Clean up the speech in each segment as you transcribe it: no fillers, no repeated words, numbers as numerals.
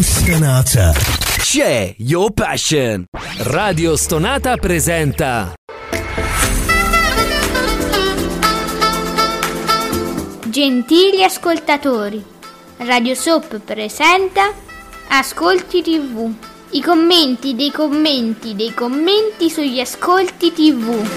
Stonata. Share your passion. Radio Stonata presenta Gentili ascoltatori, Radio Soap presenta Ascolti TV. I commenti dei commenti dei commenti sugli ascolti TV.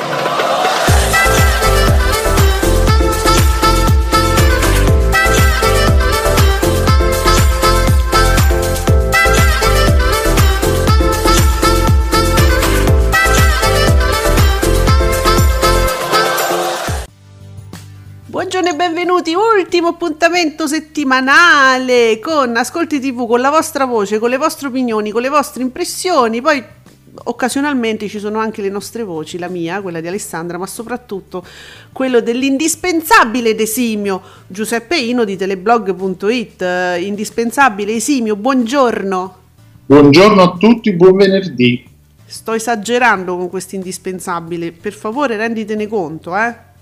Buongiorno e benvenuti, ultimo appuntamento settimanale con Ascolti TV, con la vostra voce, con le vostre opinioni, con le vostre impressioni. Poi occasionalmente ci sono anche le nostre voci, la mia, quella di Alessandra, ma soprattutto quello dell'indispensabile ed esimio Giuseppe Ino di teleblog.it. Indispensabile, esimio, buongiorno. Buongiorno a tutti, buon venerdì. Sto esagerando con questo indispensabile, per favore renditene conto,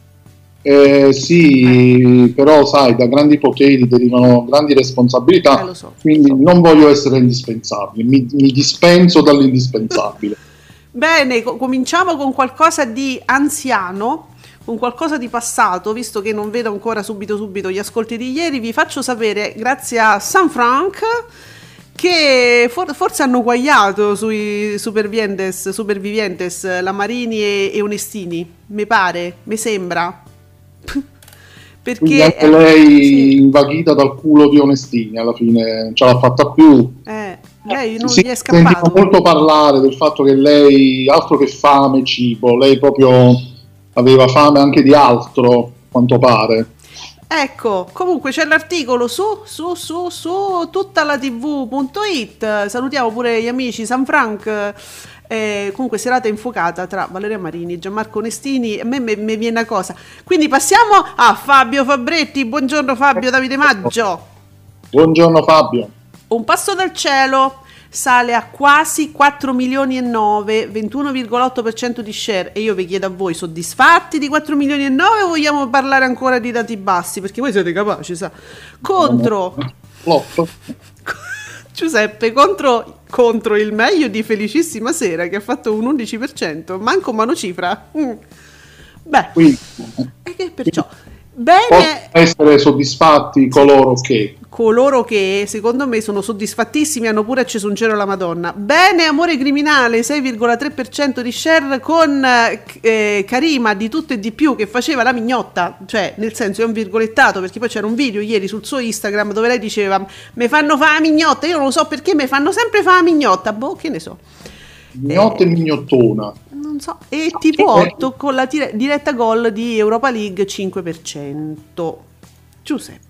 Sì, però sai, da grandi poteri derivano grandi responsabilità, lo so, quindi non voglio essere indispensabile, mi dispenso dall'indispensabile. Bene, cominciamo con qualcosa di anziano, con qualcosa di passato, visto che non vedo ancora subito gli ascolti di ieri. Vi faccio sapere, grazie a Sanfranc, che forse hanno guagliato sui supervivientes la Marini e Onestini, mi pare, mi sembra. Perché quindi anche lei, sì, invaghita dal culo di Onestini, alla fine non ce l'ha fatta più. Lei non gli è scappato. Sentivo molto parlare del fatto che lei, altro che fame, cibo, lei proprio aveva fame anche di altro, a quanto pare. Ecco, comunque c'è l'articolo su tutta la tv.it. Salutiamo pure gli amici Sanfranc. Comunque serata infuocata tra Valeria Marini e Gianmarco Onestini. A me mi viene una cosa. Quindi passiamo a Fabio Fabretti. Buongiorno Fabio. Davide Maggio. Buongiorno Fabio. Un passo dal cielo sale a quasi 4 milioni e 9, 21,8% di share. E io vi chiedo a voi, soddisfatti di 4 milioni e 9 o vogliamo parlare ancora di dati bassi? Perché voi siete capaci, sa. Contro Giuseppe, contro il meglio di Felicissima Sera, che ha fatto un 11%, manco monocifra. Beh, quindi, e che perciò bene, possono essere soddisfatti coloro che secondo me sono soddisfattissimi, hanno pure acceso un cielo alla Madonna. Bene, Amore Criminale, 6,3% di share, con Karima di Tutto e di Più che faceva la mignotta, cioè nel senso è un virgolettato, perché poi c'era un video ieri sul suo Instagram dove lei diceva me fanno fa la mignotta, io non lo so perché me fanno sempre fa la mignotta, boh, che ne so. Mignotta e mignottona. Non so, e tipo 8 con la diretta gol di Europa League 5%. Giuseppe,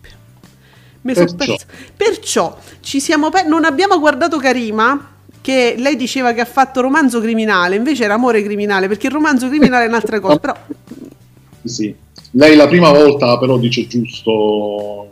perciò ci siamo non abbiamo guardato Karima, che lei diceva che ha fatto Romanzo Criminale, invece era Amore Criminale, perché il Romanzo Criminale è un'altra cosa, però sì, lei la prima volta però dice giusto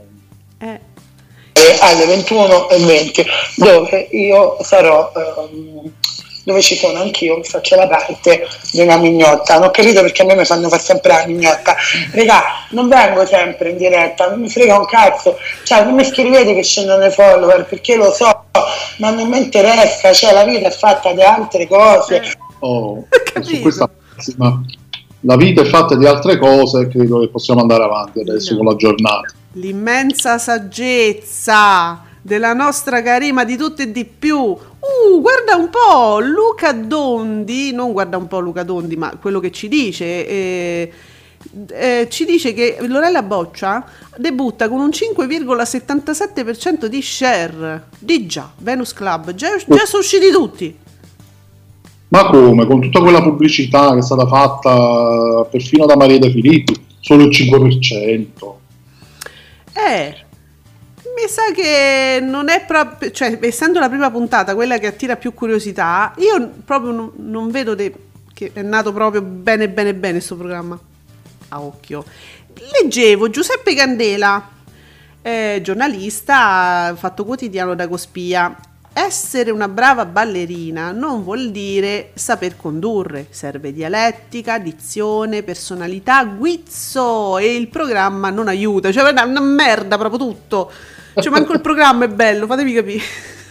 alle 21:20, dove io sarò dove ci sono anch'io, faccio la parte di una mignotta. Non ho capito perché a me mi fanno fare sempre la mignotta. Regà, non vengo sempre in diretta, non mi frega un cazzo, cioè non mi scrivete che scendono i follower, perché lo so, ma non mi interessa, cioè la vita è fatta di altre cose. Su questa, ma la vita è fatta di altre cose, credo che possiamo andare avanti adesso con la giornata. L'immensa saggezza della nostra Karima di Tutto e di Più. Guarda un po' Luca Dondi, non guarda un po' Luca Dondi, ma quello che ci dice che Lorella Boccia debutta con un 5,77% di share. Di già, Venus Club, già sono usciti tutti. Ma come? Con tutta quella pubblicità che è stata fatta perfino da Maria De Filippi, solo il 5%. Mi sa che non è proprio, cioè essendo la prima puntata quella che attira più curiosità, io proprio non vedo che è nato proprio bene sto programma a occhio. Leggevo Giuseppe Candela, giornalista, Fatto Quotidiano da Cospia. Essere una brava ballerina non vuol dire saper condurre, serve dialettica, dizione, personalità, guizzo, e il programma non aiuta, cioè è una merda proprio tutto, cioè manco il programma è bello, fatemi capire.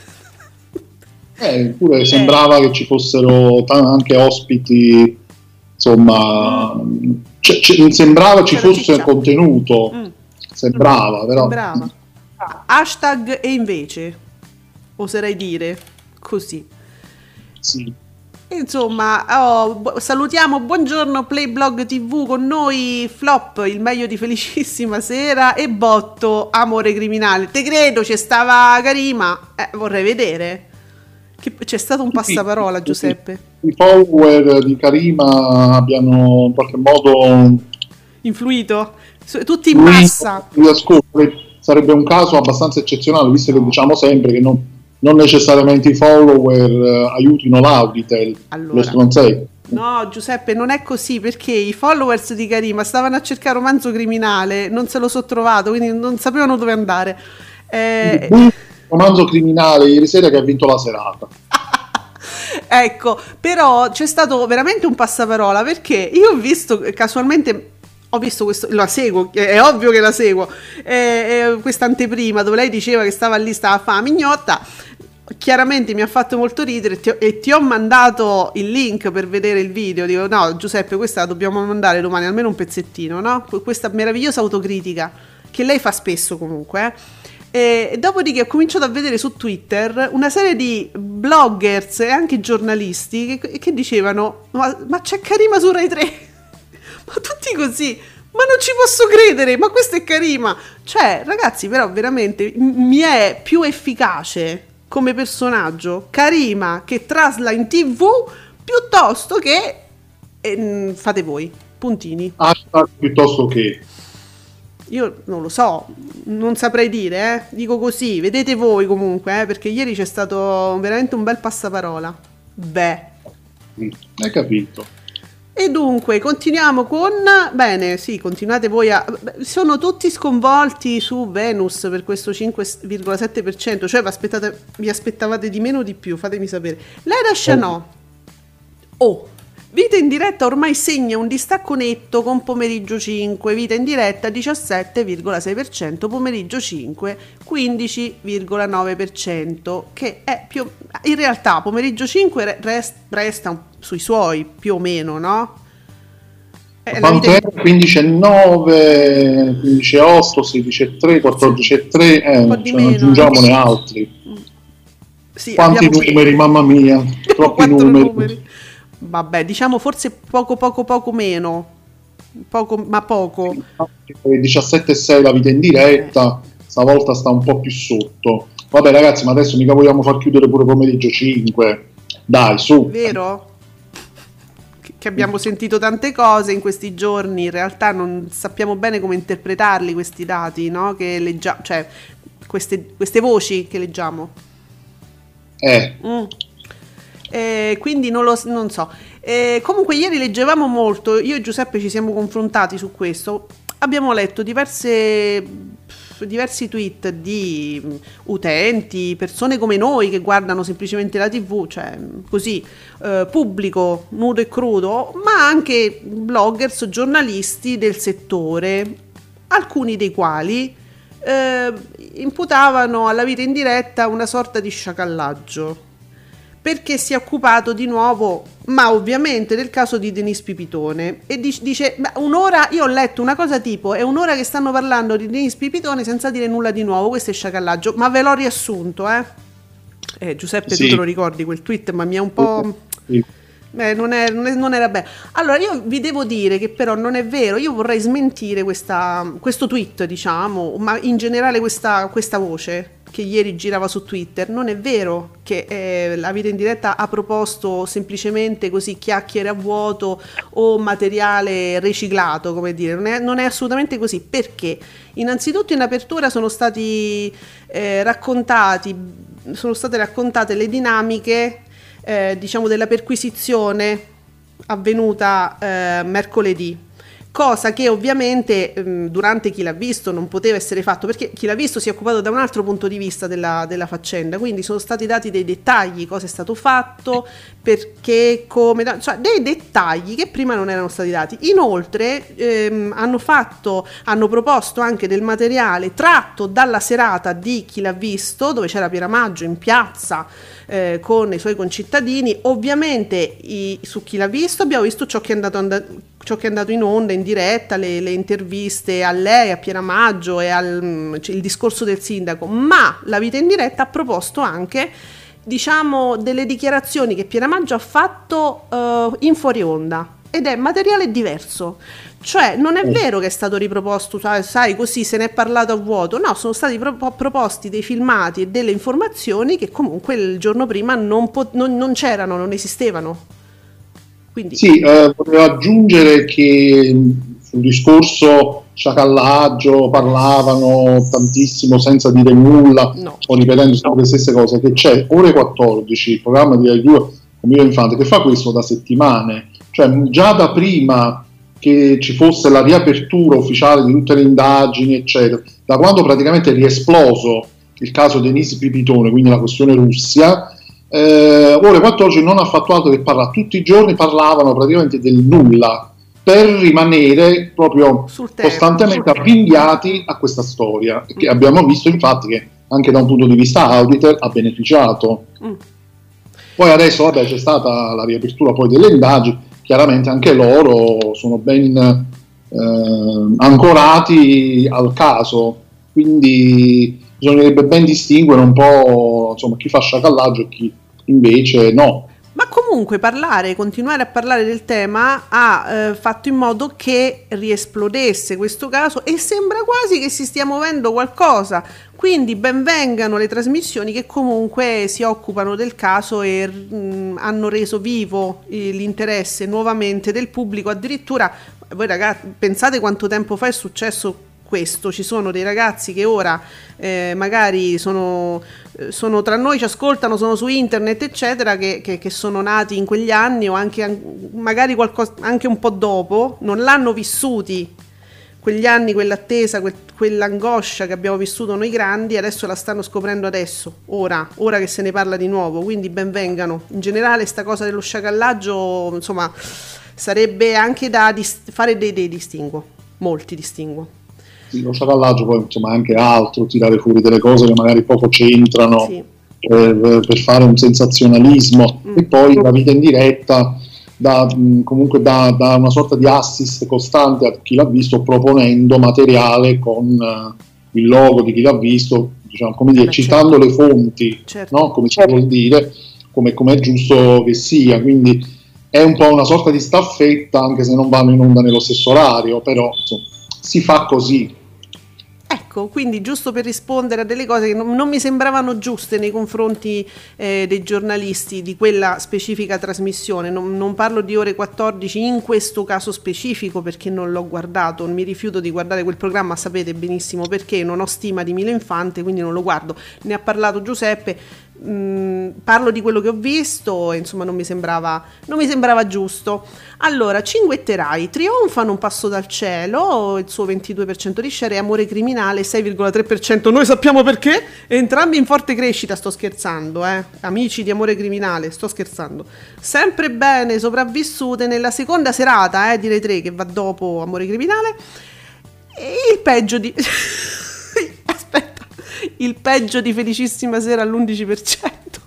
Eppure sembrava che ci fossero anche ospiti, insomma, sembrava ci fosse contenuto, sembrava, però. Sembrava. Hashtag e invece, oserei dire così. Sì. Insomma, salutiamo, buongiorno Playblog TV, con noi Flop, il meglio di Felicissima Sera, e Botto, Amore Criminale. Te credo, c'è stava Karima, vorrei vedere. C'è stato un passaparola, Giuseppe. I follower di Karima abbiano in qualche modo influito, tutti in massa. Sarebbe un caso abbastanza eccezionale, visto che diciamo sempre che non necessariamente i follower aiutino l'Auditel, lo stronzetto. No, Giuseppe, non è così, perché i followers di Karima stavano a cercare Romanzo Criminale, non se lo so trovato, quindi non sapevano dove andare. Romanzo Criminale ieri sera che ha vinto la serata. Ecco, però c'è stato veramente un passaparola, perché io ho visto casualmente, questo, la seguo, è ovvio che la seguo, questa anteprima dove lei diceva che stava lì, stava a fare mignotta. Chiaramente mi ha fatto molto ridere e ti ho mandato il link per vedere il video. Dico, no Giuseppe, questa la dobbiamo mandare domani, almeno un pezzettino, no? Questa meravigliosa autocritica che lei fa spesso comunque, E dopodiché ho cominciato a vedere su Twitter una serie di bloggers e anche giornalisti che dicevano ma c'è Karima su Rai 3 ma tutti così, ma non ci posso credere, ma questa è Karima. Cioè ragazzi, però veramente mi è più efficace come personaggio Karima che trasla in TV piuttosto che fate voi, puntini. Piuttosto che io non lo so, non saprei dire, dico così, vedete voi comunque, perché ieri c'è stato veramente un bel passaparola. Hai capito. E dunque, continuiamo con... Bene, sì, continuate voi a... Sono tutti sconvolti su Venus per questo 5,7%, cioè vi aspettavate di meno o di più, fatemi sapere. Leda Chanot. Vita in diretta ormai segna un distacco netto con pomeriggio 5, Vita in diretta 17,6%, pomeriggio 5 15,9%, che è più... In realtà pomeriggio 5 resta sui suoi più o meno, no? 15,9, 15,8, 16,3, 14,3, aggiungiamone altri. Sì, quanti numeri, mamma mia, troppi numeri. Vabbè, diciamo forse poco meno. Poco. 17,6 la Vita in diretta, stavolta sta un po' più sotto. Vabbè ragazzi, ma adesso mica vogliamo far chiudere pure pomeriggio 5. Dai, su. Vero? Che abbiamo sentito tante cose in questi giorni, in realtà non sappiamo bene come interpretarli questi dati, no? Che leggiamo, cioè queste voci che leggiamo. Quindi non so. Comunque ieri leggevamo molto, io e Giuseppe ci siamo confrontati su questo, abbiamo letto diversi tweet di utenti, persone come noi che guardano semplicemente la TV, cioè così, pubblico, nudo e crudo, ma anche bloggers, giornalisti del settore, alcuni dei quali imputavano alla Vita in diretta una sorta di sciacallaggio, perché si è occupato di nuovo, ma ovviamente, del caso di Denise Pipitone, e dice, un'ora, io ho letto una cosa tipo, è un'ora che stanno parlando di Denise Pipitone senza dire nulla di nuovo, questo è sciacallaggio, ma ve l'ho riassunto, Giuseppe, sì. Tu te lo ricordi quel tweet, ma mi è un po'... Sì. Non era bello. Allora io vi devo dire che però non è vero, io vorrei smentire questo tweet, diciamo, ma in generale questa voce che ieri girava su Twitter. Non è vero che la Vita in diretta ha proposto semplicemente così chiacchiere a vuoto o materiale riciclato, come dire, non è assolutamente così, perché innanzitutto in apertura sono state raccontate le dinamiche diciamo della perquisizione avvenuta mercoledì, cosa che ovviamente durante Chi l'ha visto non poteva essere fatto, perché Chi l'ha visto si è occupato da un altro punto di vista della faccenda, quindi sono stati dati dei dettagli, cosa è stato fatto, perché, come, cioè dei dettagli che prima non erano stati dati. Inoltre hanno proposto anche del materiale tratto dalla serata di Chi l'ha visto, dove c'era Pieramaggio in piazza con i suoi concittadini. Ovviamente su Chi l'ha visto abbiamo visto ciò che è andato in onda in diretta, le interviste a lei, a Pieramaggio e il discorso del sindaco, ma La vita in diretta ha proposto anche, diciamo, delle dichiarazioni che Pieramaggio ha fatto in fuori onda, ed è materiale diverso. Cioè non è vero che è stato riproposto, sai, così se ne è parlato a vuoto. No, sono stati proposti dei filmati e delle informazioni che comunque il giorno prima non c'erano, non esistevano. Quindi... Sì, volevo aggiungere che sul discorso sciacallaggio parlavano tantissimo senza dire nulla, o ripetendo sempre le stesse cose, che c'è Ore 14, il programma di Rai 2 con Milo Infante, che fa questo da settimane, cioè già da prima che ci fosse la riapertura ufficiale di tutte le indagini, eccetera, da quando praticamente è riesploso il caso Denise Pipitone, quindi la questione Russia, Ore 14 non ha fatto altro che parlare, tutti i giorni parlavano praticamente del nulla, per rimanere proprio costantemente avvinghiati a questa storia, che abbiamo visto infatti che anche da un punto di vista auditor ha beneficiato. Poi adesso vabbè, c'è stata la riapertura poi delle indagini, chiaramente anche loro sono ben ancorati al caso, quindi bisognerebbe ben distinguere un po', insomma, chi fa sciacallaggio e chi invece no. Ma comunque continuare a parlare del tema ha fatto in modo che riesplodesse questo caso, e sembra quasi che si stia muovendo qualcosa. Quindi ben vengano le trasmissioni che comunque si occupano del caso e hanno reso vivo l'interesse nuovamente del pubblico. Addirittura, voi ragazzi, pensate quanto tempo fa è successo questo? Ci sono dei ragazzi che ora magari sono tra noi, ci ascoltano, sono su internet eccetera, che sono nati in quegli anni o anche magari anche un po' dopo, non l'hanno vissuti quegli anni, quell'attesa, quell'angoscia che abbiamo vissuto noi grandi, adesso la stanno scoprendo adesso, ora che se ne parla di nuovo, quindi ben vengano. In generale sta cosa dello sciacallaggio, insomma, sarebbe anche da fare dei distinguo, molti distinguo. Sì, lo sciacallaggio poi insomma anche altro, tirare fuori delle cose che magari poco c'entrano, sì, per fare un sensazionalismo, e poi La vita in diretta comunque dà una sorta di assist costante a Chi l'ha visto, proponendo materiale con il logo di Chi l'ha visto, diciamo, come dire, citando le fonti, no? Come si vuol dire, come è giusto che sia, quindi è un po' una sorta di staffetta, anche se non vanno in onda nello stesso orario, però insomma, si fa così. Ecco, quindi giusto per rispondere a delle cose che non mi sembravano giuste nei confronti dei giornalisti di quella specifica trasmissione. Non parlo di Ore 14 in questo caso specifico, perché non l'ho guardato, mi rifiuto di guardare quel programma, sapete benissimo perché, non ho stima di Milo Infante, quindi non lo guardo. Ne ha parlato Giuseppe, parlo di quello che ho visto e insomma non mi sembrava giusto. Allora, Cinguetterai, trionfano Un passo dal cielo, il suo 22% di share, e Amore criminale 6,3%, noi sappiamo perché, entrambi in forte crescita, sto scherzando, amici di Amore criminale, sto scherzando. Sempre bene, Sopravvissute nella seconda serata di Rai 3, che va dopo Amore criminale, e il peggio di il peggio di Felicissima sera all'11%.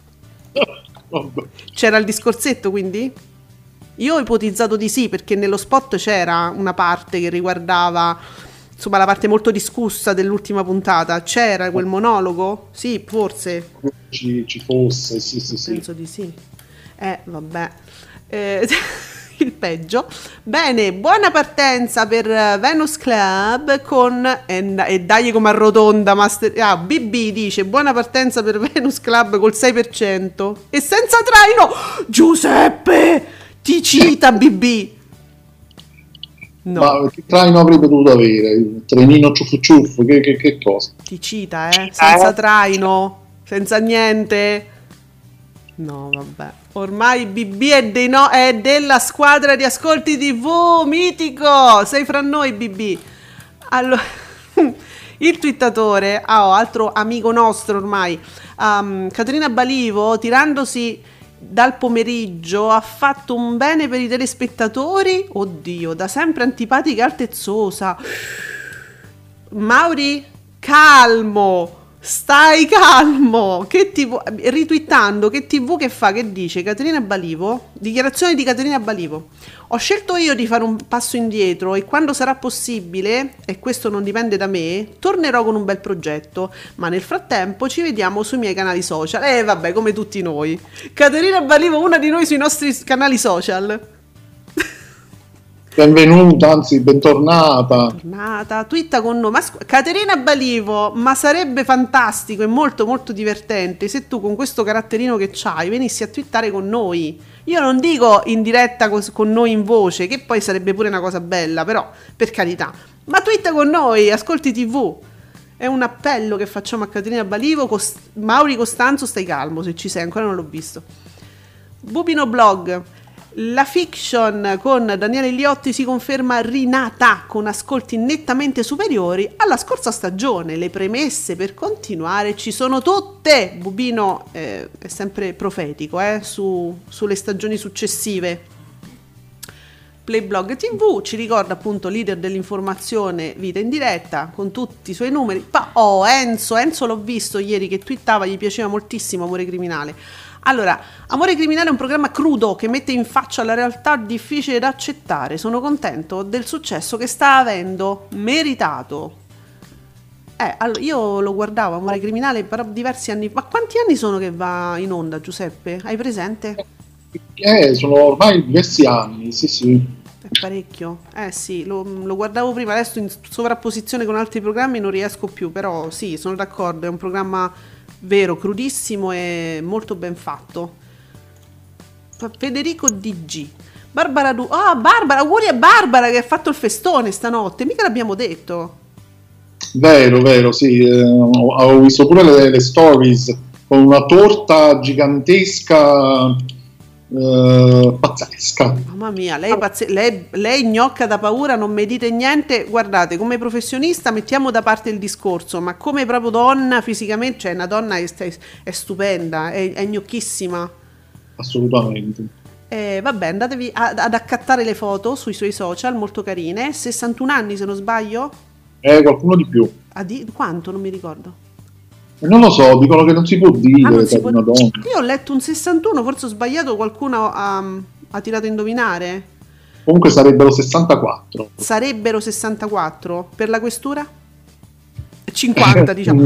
C'era il discorsetto, quindi? Io ho ipotizzato di sì, perché nello spot c'era una parte che riguardava, insomma, la parte molto discussa dell'ultima puntata. C'era quel monologo? Sì, forse. Ci fosse, sì. Penso di sì. Vabbè. Il peggio. Bene, buona partenza per Venus Club con e dai come arrotonda BB dice buona partenza per Venus Club col 6% e senza traino. Giuseppe ti cita BB. No. Ma che traino avrebbe dovuto avere? Il trenino ciuffo ciuffo, che cosa? Ti cita, senza traino, senza niente. No, vabbè. Ormai BB è della squadra di Ascolti TV, mitico! Sei fra noi, BB. Allora, il twittatore, altro amico nostro ormai, Caterina Balivo, tirandosi dal pomeriggio, ha fatto un bene per i telespettatori. Oddio, da sempre antipatica e altezzosa. Mauri, calmo. Stai calmo, che TV, ritwittando, che TV che fa, che dice Caterina Balivo, dichiarazione di Caterina Balivo: ho scelto io di fare un passo indietro e quando sarà possibile, e questo non dipende da me, tornerò con un bel progetto, ma nel frattempo ci vediamo sui miei canali social. Vabbè, come tutti noi. Caterina Balivo, una di noi sui nostri canali social. Benvenuta, anzi bentornata. Twitta con noi. Caterina Balivo, ma sarebbe fantastico e molto molto divertente se tu con questo caratterino che c'hai venissi a twittare con noi. Io non dico in diretta con noi in voce, che poi sarebbe pure una cosa bella, però per carità, ma twitta con noi, Ascolti TV. È un appello che facciamo a Caterina Balivo. Mauri Costanzo, stai calmo, se ci sei, ancora non l'ho visto. Bubino Blog: la fiction con Daniele Liotti si conferma rinata con ascolti nettamente superiori alla scorsa stagione. Le premesse per continuare ci sono tutte. Bubino è sempre profetico sulle stagioni successive. Playblog TV ci ricorda appunto leader dell'informazione Vita in diretta con tutti i suoi numeri. Enzo l'ho visto ieri che twittava, gli piaceva moltissimo Amore Criminale. Allora, Amore Criminale è un programma crudo che mette in faccia la realtà difficile da accettare. Sono contento del successo che sta avendo, meritato. Allora, io lo guardavo Amore Criminale per diversi anni. Ma quanti anni sono che va in onda, Giuseppe? Hai presente? Sono ormai diversi anni, sì. È parecchio. Sì, lo guardavo prima, adesso in sovrapposizione con altri programmi non riesco più, però sì, sono d'accordo, è un programma vero, crudissimo e molto ben fatto. Federico DG. Barbara, auguri a Barbara che ha fatto il festone stanotte, mica l'abbiamo detto. Vero, sì, ho visto pure le stories con una torta gigantesca, pazzesca. Mamma mia, lei gnocca da paura, non mi dite niente. Guardate, come professionista mettiamo da parte il discorso, ma come proprio donna fisicamente, cioè una donna è stupenda, è gnocchissima. Assolutamente. Vabbè, andatevi ad accattare le foto sui suoi social, molto carine. 61 anni se non sbaglio. Qualcuno di più. Quanto? Non mi ricordo. Non lo so, dicono che non si può dire per una donna. Io ho letto un 61, forse ho sbagliato, qualcuno ha tirato a indovinare. Comunque sarebbero 64. Sarebbero 64. Per la questura? 50, diciamo.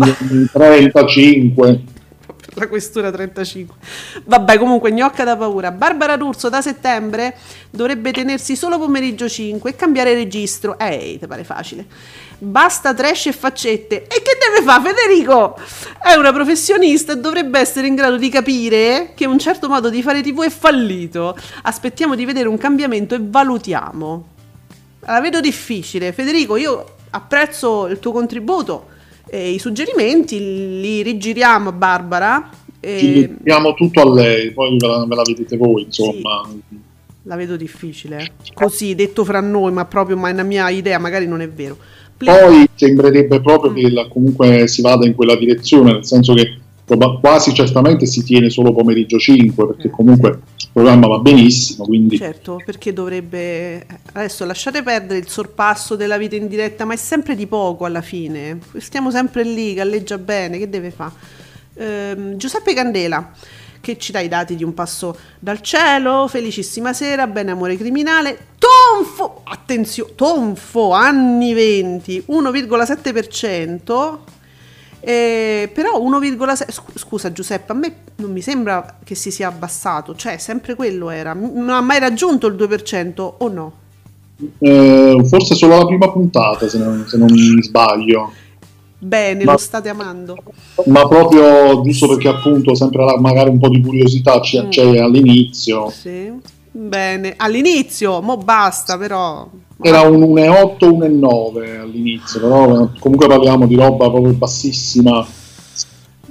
35. Per la questura 35. Vabbè, comunque gnocca da paura. Barbara D'Urso da settembre dovrebbe tenersi solo pomeriggio 5 e cambiare registro. Ti pare facile? Basta trash e faccette. E che deve fare Federico? È una professionista e dovrebbe essere in grado di capire che un certo modo di fare TV è fallito. Aspettiamo di vedere un cambiamento e valutiamo. La vedo difficile. Federico, io apprezzo il tuo contributo e i suggerimenti li rigiriamo a Barbara. Ci diamo tutto a lei, poi ve la vedete voi, insomma. Sì, la vedo difficile. Così, detto fra noi, ma proprio ma è una mia idea, magari non è vero. Poi sembrerebbe proprio che comunque si vada in quella direzione, nel senso che quasi certamente si tiene solo pomeriggio 5, perché comunque il programma va benissimo, quindi... Certo, perché dovrebbe... Adesso lasciate perdere il sorpasso della Vita in diretta, ma è sempre di poco alla fine. Stiamo sempre lì, galleggia bene, che deve fare? Giuseppe Candela, che ci dà i dati di Un passo dal cielo, Felicissima sera, Bene amore criminale, tonfo, attenzione, tonfo, anni 20, 1,7%, però 1,6, scusa Giuseppe, a me non mi sembra che si sia abbassato, cioè sempre quello era, non ha mai raggiunto il 2% o no? Forse solo la prima puntata, se non mi sbaglio. Bene, lo state amando. Ma proprio giusto perché appunto sempre magari un po' di curiosità c'è all'inizio. Sì. Bene, all'inizio, mo basta però. Era un 1,8, 1,9 all'inizio, però comunque parliamo di roba proprio bassissima.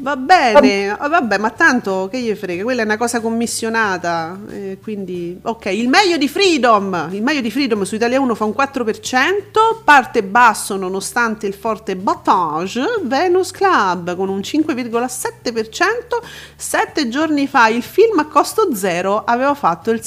Va bene, vabbè, ma tanto che gli frega, quella è una cosa commissionata, quindi ok. Il meglio di Freedom su Italia 1 fa un 4%, parte basso nonostante il forte battage. Venus Club con un 5,7%, 7 giorni fa il film a costo zero aveva fatto il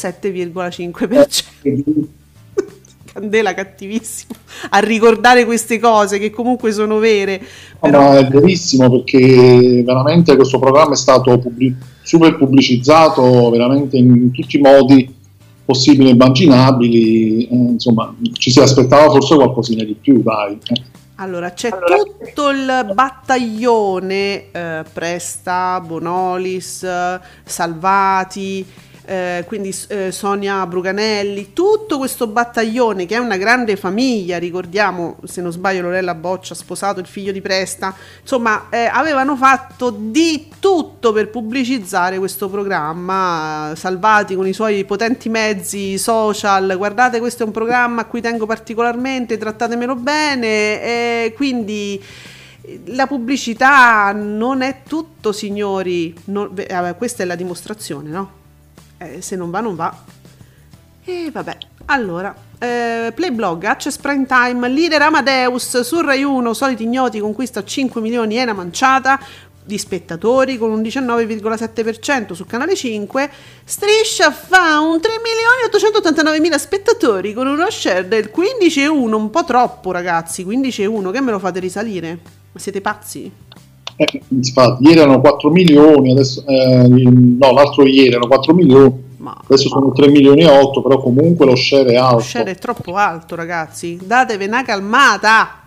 7,5%. Candela cattivissimo a ricordare queste cose che comunque sono vere, però... No, è verissimo, perché veramente questo programma è stato super pubblicizzato veramente in tutti i modi possibili e immaginabili, insomma ci si aspettava forse qualcosina di più, dai. Allora c'è tutto il battaglione Presta, Bonolis, Salvati, quindi Sonia Bruganelli, tutto questo battaglione che è una grande famiglia, ricordiamo, se non sbaglio Lorella Boccia ha sposato il figlio di Presta, insomma avevano fatto di tutto per pubblicizzare questo programma. Salvati con i suoi potenti mezzi social: guardate, questo è un programma a cui tengo particolarmente, trattatemelo bene, quindi la pubblicità non è tutto, signori, questa è la dimostrazione, no? Se non va non va. E vabbè, allora Playblog, Access Prime Time, leader Amadeus su Rai 1, Soliti Ignoti conquista 5 milioni e una manciata di spettatori con un 19,7% su Canale 5. Striscia fa un 3.889.000 spettatori con uno share del 15,1, un po' troppo, ragazzi. 15,1, che me lo fate risalire? Ma siete pazzi? Infatti, ieri erano 4 milioni, adesso, no, l'altro ieri erano 4 milioni, adesso sono 3 milioni e 8, però comunque lo share è alto. Lo share è troppo alto, ragazzi, datevi una calmata.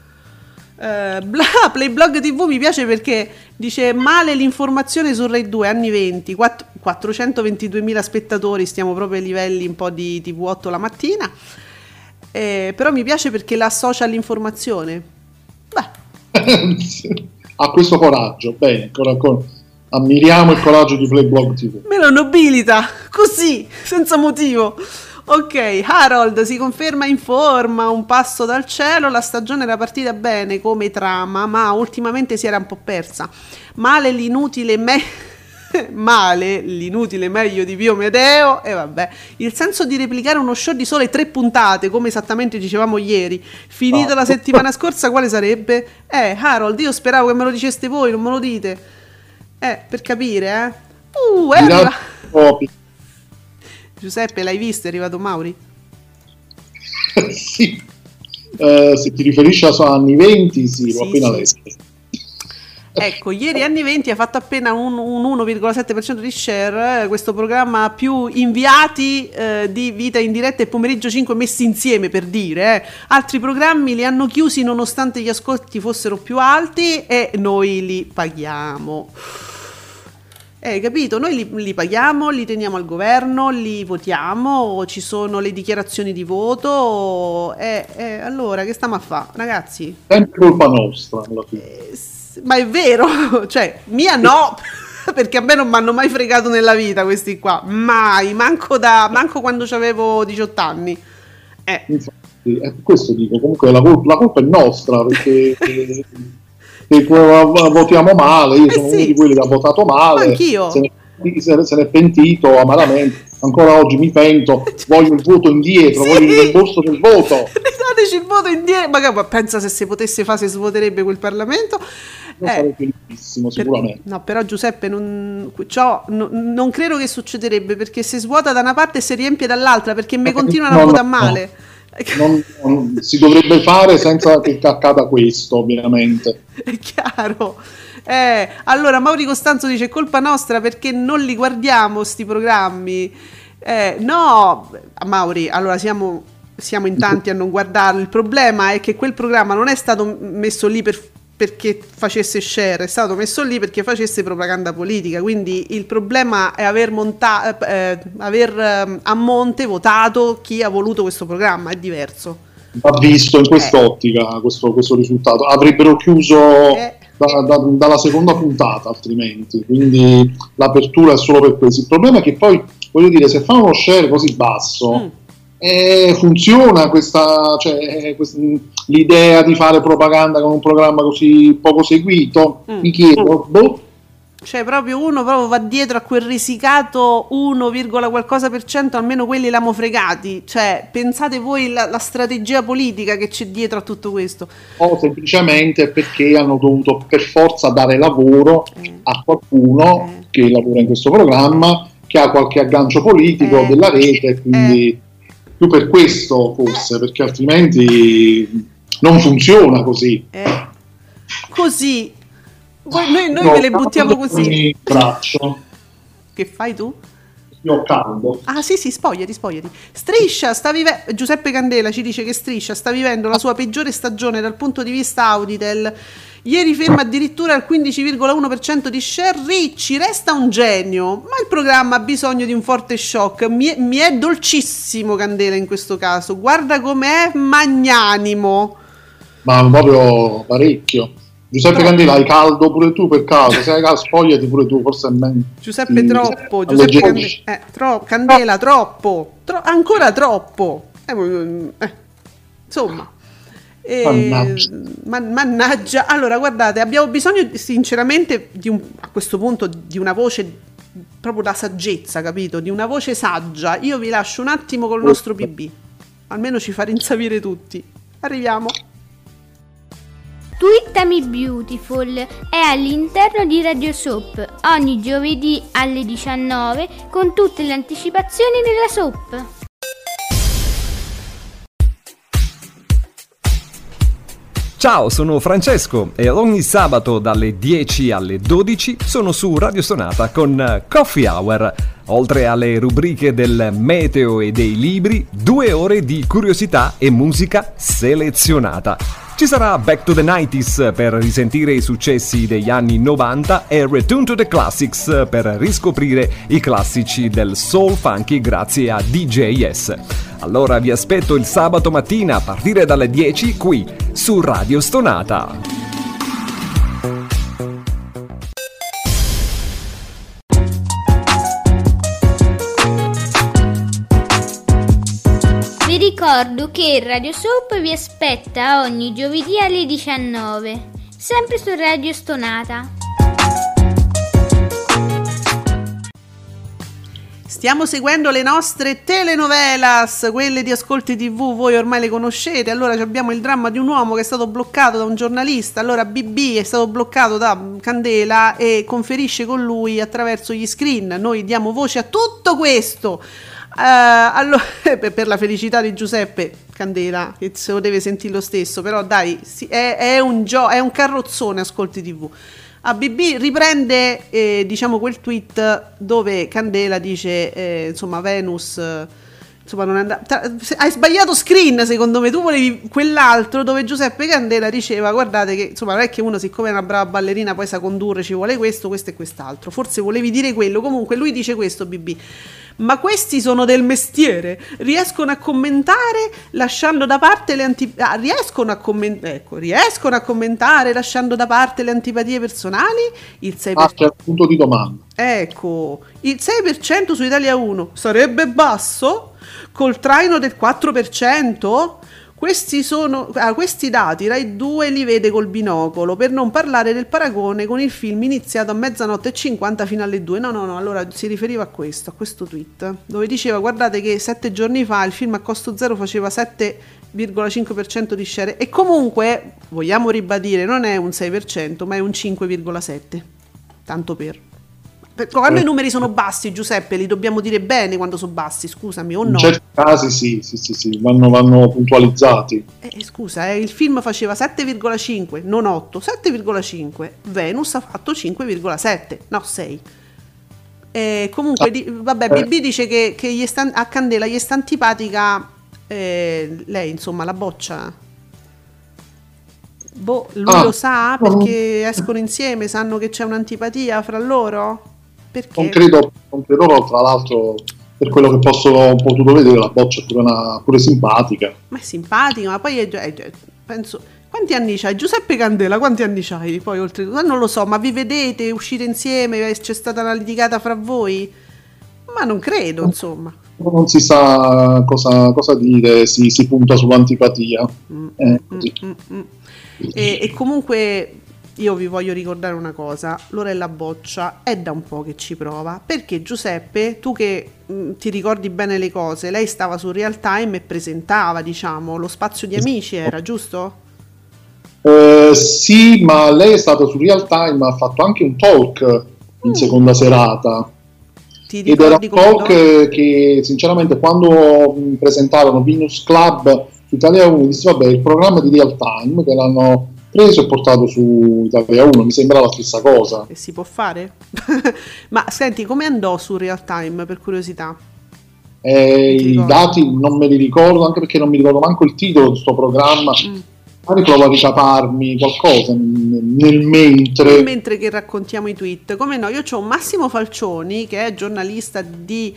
Playblog TV mi piace perché dice: male l'informazione su Rai 2 anni 20, 422.000 spettatori, stiamo proprio ai livelli un po' di TV8 la mattina, però mi piace perché la associa all'informazione. Beh. Ha questo coraggio, bene, ammiriamo il coraggio di Playblog TV. Me lo nobilita, così, senza motivo. Ok, Harold si conferma in forma, un passo dal cielo, la stagione era partita bene come trama, ma ultimamente si era un po' persa. Male l'inutile meglio di Pio Medeo, e vabbè, il senso di replicare uno show di sole 3 puntate, come esattamente dicevamo ieri, finito la settimana scorsa, quale sarebbe? Harold, io speravo che me lo diceste voi, non me lo dite, per capire, è arrivato... Giuseppe, l'hai visto? È arrivato Mauri? Sì, se ti riferisci a anni 20, sì, l'ho appena letto. Ecco, ieri anni 20 ha fatto appena un 1,7% di share, questo programma più inviati di Vita in diretta e Pomeriggio 5 messi insieme, per dire. Altri programmi li hanno chiusi nonostante gli ascolti fossero più alti e noi li paghiamo. Capito? Noi li paghiamo, li teniamo al governo, li votiamo, ci sono le dichiarazioni di voto, allora che stiamo a fare, ragazzi? È colpa nostra alla fine. Ma è vero, cioè mia no, perché a me non mi hanno mai fregato nella vita questi qua, mai, manco quando avevo 18 anni. Infatti, questo dico, comunque la colpa è nostra, perché votiamo male, io sono uno di quelli che ha votato male. Anch'io. Se ne è pentito amaramente, ancora oggi mi pento, voglio il voto indietro, voglio il rimborso del voto. Dateci il voto indietro, ma pensa se si potesse fare, se svuoterebbe quel Parlamento. Sarei felicissimo, sicuramente. No, però Giuseppe, non credo che succederebbe, perché se svuota da una parte si riempie dall'altra, perché mi continuano a votare male. Non si dovrebbe fare senza che accada questo, ovviamente. È chiaro. Allora Mauri Costanzo dice: colpa nostra perché non li guardiamo sti programmi. No, Mauri, allora siamo in tanti a non guardarlo. Il problema è che quel programma non è stato messo lì perché facesse share, è stato messo lì perché facesse propaganda politica, quindi il problema è aver a monte votato chi ha voluto questo programma, è diverso. Va visto in quest'ottica questo risultato, avrebbero chiuso dalla seconda puntata altrimenti, quindi l'apertura è solo per questo. Il problema è che poi, voglio dire, se fa uno share così basso funziona l'idea di fare propaganda con un programma così poco seguito? Mi chiedo, Cioè proprio uno va dietro a quel risicato 1, qualcosa per cento, almeno quelli l'hanno fregati. Cioè, pensate voi la strategia politica che c'è dietro a tutto questo. O semplicemente perché hanno dovuto per forza dare lavoro a qualcuno che lavora in questo programma, che ha qualche aggancio politico della rete, quindi più per questo forse, perché altrimenti non funziona così. Così. Noi ve le buttiamo così. Braccio. Che fai tu? Io ho caldo. Ah sì, spogliati. Striscia sta vivendo. Giuseppe Candela ci dice che Striscia sta vivendo la sua peggiore stagione dal punto di vista Auditel. Ieri ferma addirittura al 15,1% di share. Ricci resta un genio, ma il programma ha bisogno di un forte shock. Mi è dolcissimo Candela in questo caso. Guarda com'è magnanimo. Ma proprio parecchio. Giuseppe Candela, hai caldo pure tu per caso? Se hai caldo, spogliati pure tu, forse è meglio. Giuseppe troppo, Giuseppe Candela troppo, ancora troppo. Insomma. Mannaggia. Allora, guardate, abbiamo bisogno sinceramente a questo punto di una voce proprio da saggezza, capito? Di una voce saggia. Io vi lascio un attimo col nostro PB. Almeno ci fa rinsavire tutti. Arriviamo. Twittami Beautiful è all'interno di Radio Soap ogni giovedì alle 19 con tutte le anticipazioni della soap. Ciao, sono Francesco e ogni sabato dalle 10 alle 12 sono su Radio Stonata con Coffee Hour. Oltre alle rubriche del meteo e dei libri, 2 ore di curiosità e musica selezionata. Ci sarà Back to the 90s per risentire i successi degli anni 90 e Return to the Classics per riscoprire i classici del soul funky grazie a DJS. Allora vi aspetto il sabato mattina a partire dalle 10 qui su Radio Stonata. Vi ricordo che Radio Soap vi aspetta ogni giovedì alle 19, sempre su Radio Stonata. Stiamo seguendo le nostre telenovelas, quelle di Ascolti TV, voi ormai le conoscete. Allora abbiamo il dramma di un uomo che è stato bloccato da un giornalista. Allora BB è stato bloccato da Candela e conferisce con lui attraverso gli screen. Noi diamo voce a tutto questo. Allora, per la felicità di Giuseppe Candela, che se lo deve sentire lo stesso, però dai, è un carrozzone Ascolti TV. A BB riprende diciamo quel tweet dove Candela dice insomma Venus insomma non è hai sbagliato screen, secondo me tu volevi quell'altro dove Giuseppe Candela diceva guardate che insomma non è che uno siccome è una brava ballerina poi sa condurre, ci vuole questo e quest'altro, forse volevi dire quello. Comunque lui dice questo BB: ma questi sono del mestiere, riescono a commentare lasciando da parte le riescono a commentare lasciando da parte le antipatie personali? Il 6%. C'è un punto di domanda. Ecco, il 6% su Italia 1 sarebbe basso? Col traino del 4%? Questi dati Rai 2 li vede col binocolo, per non parlare del paragone con il film iniziato a 00:50 fino alle 2. No, allora si riferiva a questo tweet, dove diceva guardate che 7 giorni fa il film a costo zero faceva 7,5% di share e comunque, vogliamo ribadire, non è un 6% ma è un 5,7%, tanto per... Quando i numeri sono bassi, Giuseppe, li dobbiamo dire bene quando sono bassi, scusami, o no? In certi casi sì, vanno puntualizzati. Scusa, il film faceva 7,5, non 8, 7,5. Venus ha fatto 5,7, no 6. Comunque, BB dice che a Candela gli sta antipatica lei, insomma, la boccia. Lui lo sa perché escono insieme, sanno che c'è un'antipatia fra loro? Perché? Non credo, tra l'altro, per quello che ho potuto vedere, la boccia è pure simpatica. Ma è simpatica, ma poi penso... Quanti anni c'hai? Giuseppe Candela, quanti anni c'hai? Poi oltretutto, non lo so, ma vi vedete, uscite insieme, c'è stata una litigata fra voi? Ma non credo, insomma. non si sa cosa dire, si punta sull'antipatia. E comunque io vi voglio ricordare una cosa: Lorella Boccia è da un po' che ci prova, perché Giuseppe, tu che ti ricordi bene le cose, lei stava su Real Time e presentava, diciamo, lo spazio di Amici, era giusto? Sì, ma lei è stata su Real Time, ha fatto anche un talk in seconda serata. Ed era un talk che sinceramente quando presentarono Venus Club su Italia 1 dissi vabbè, il programma di Real Time che l'hanno preso e portato su Italia 1, mi sembra la stessa cosa. E si può fare? Ma senti, come andò su Real Time, per curiosità? I dati non me li ricordo, anche perché non mi ricordo manco il titolo di questo programma. Magari provo a ricaparmi qualcosa nel mentre che raccontiamo i tweet. Come no, io c'ho Massimo Falcioni, che è giornalista di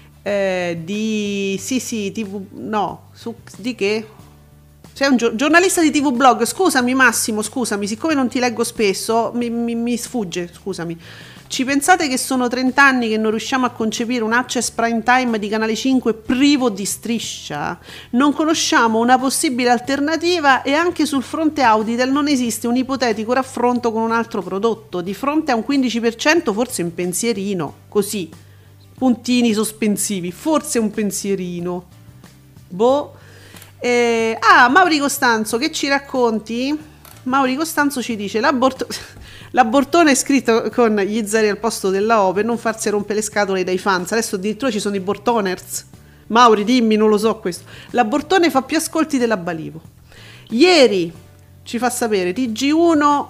che? Sei un giornalista di TV Blog. Scusami Massimo, siccome non ti leggo spesso mi sfugge, scusami. Ci pensate che sono 30 anni che non riusciamo a concepire un access prime time di Canale 5 privo di striscia? Non conosciamo una possibile alternativa e anche sul fronte Auditel non esiste un ipotetico raffronto con un altro prodotto. Di fronte a un 15% forse un pensierino, così, puntini sospensivi, forse un pensierino. Mauri Costanzo, che ci racconti? Mauri Costanzo ci dice l'abortone è scritto con gli zeri al posto della O per non farsi rompere le scatole dai fans. Adesso addirittura ci sono i bortoners. Mauri, dimmi, non lo so questo. L'abortone fa più ascolti della Balivo. Ieri ci fa sapere TG1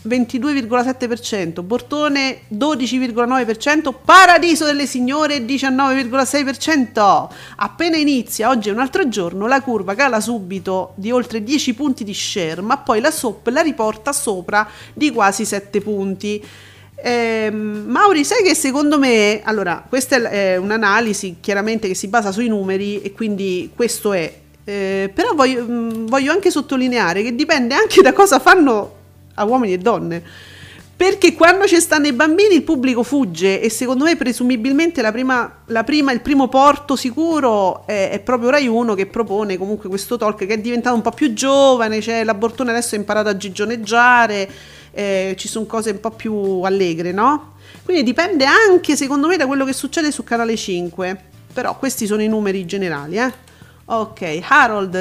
22,7%, Bortone 12,9%, Paradiso delle Signore 19,6%. Appena inizia, oggi è un altro giorno, la curva cala subito di oltre 10 punti di share, ma poi la SOP la riporta sopra di quasi 7 punti. Mauri, sai che secondo me, allora, questa è un'analisi chiaramente che si basa sui numeri e quindi questo è, però voglio anche sottolineare che dipende anche da cosa fanno a uomini e donne, perché quando ci stanno i bambini il pubblico fugge e secondo me presumibilmente il primo porto sicuro è proprio Rai 1, che propone comunque questo talk, che è diventato un po' più giovane, cioè l'abortone adesso ha imparato a gigioneggiare, ci sono cose un po' più allegre, no? Quindi dipende anche secondo me da quello che succede su Canale 5, però questi sono i numeri generali, ok. Harold,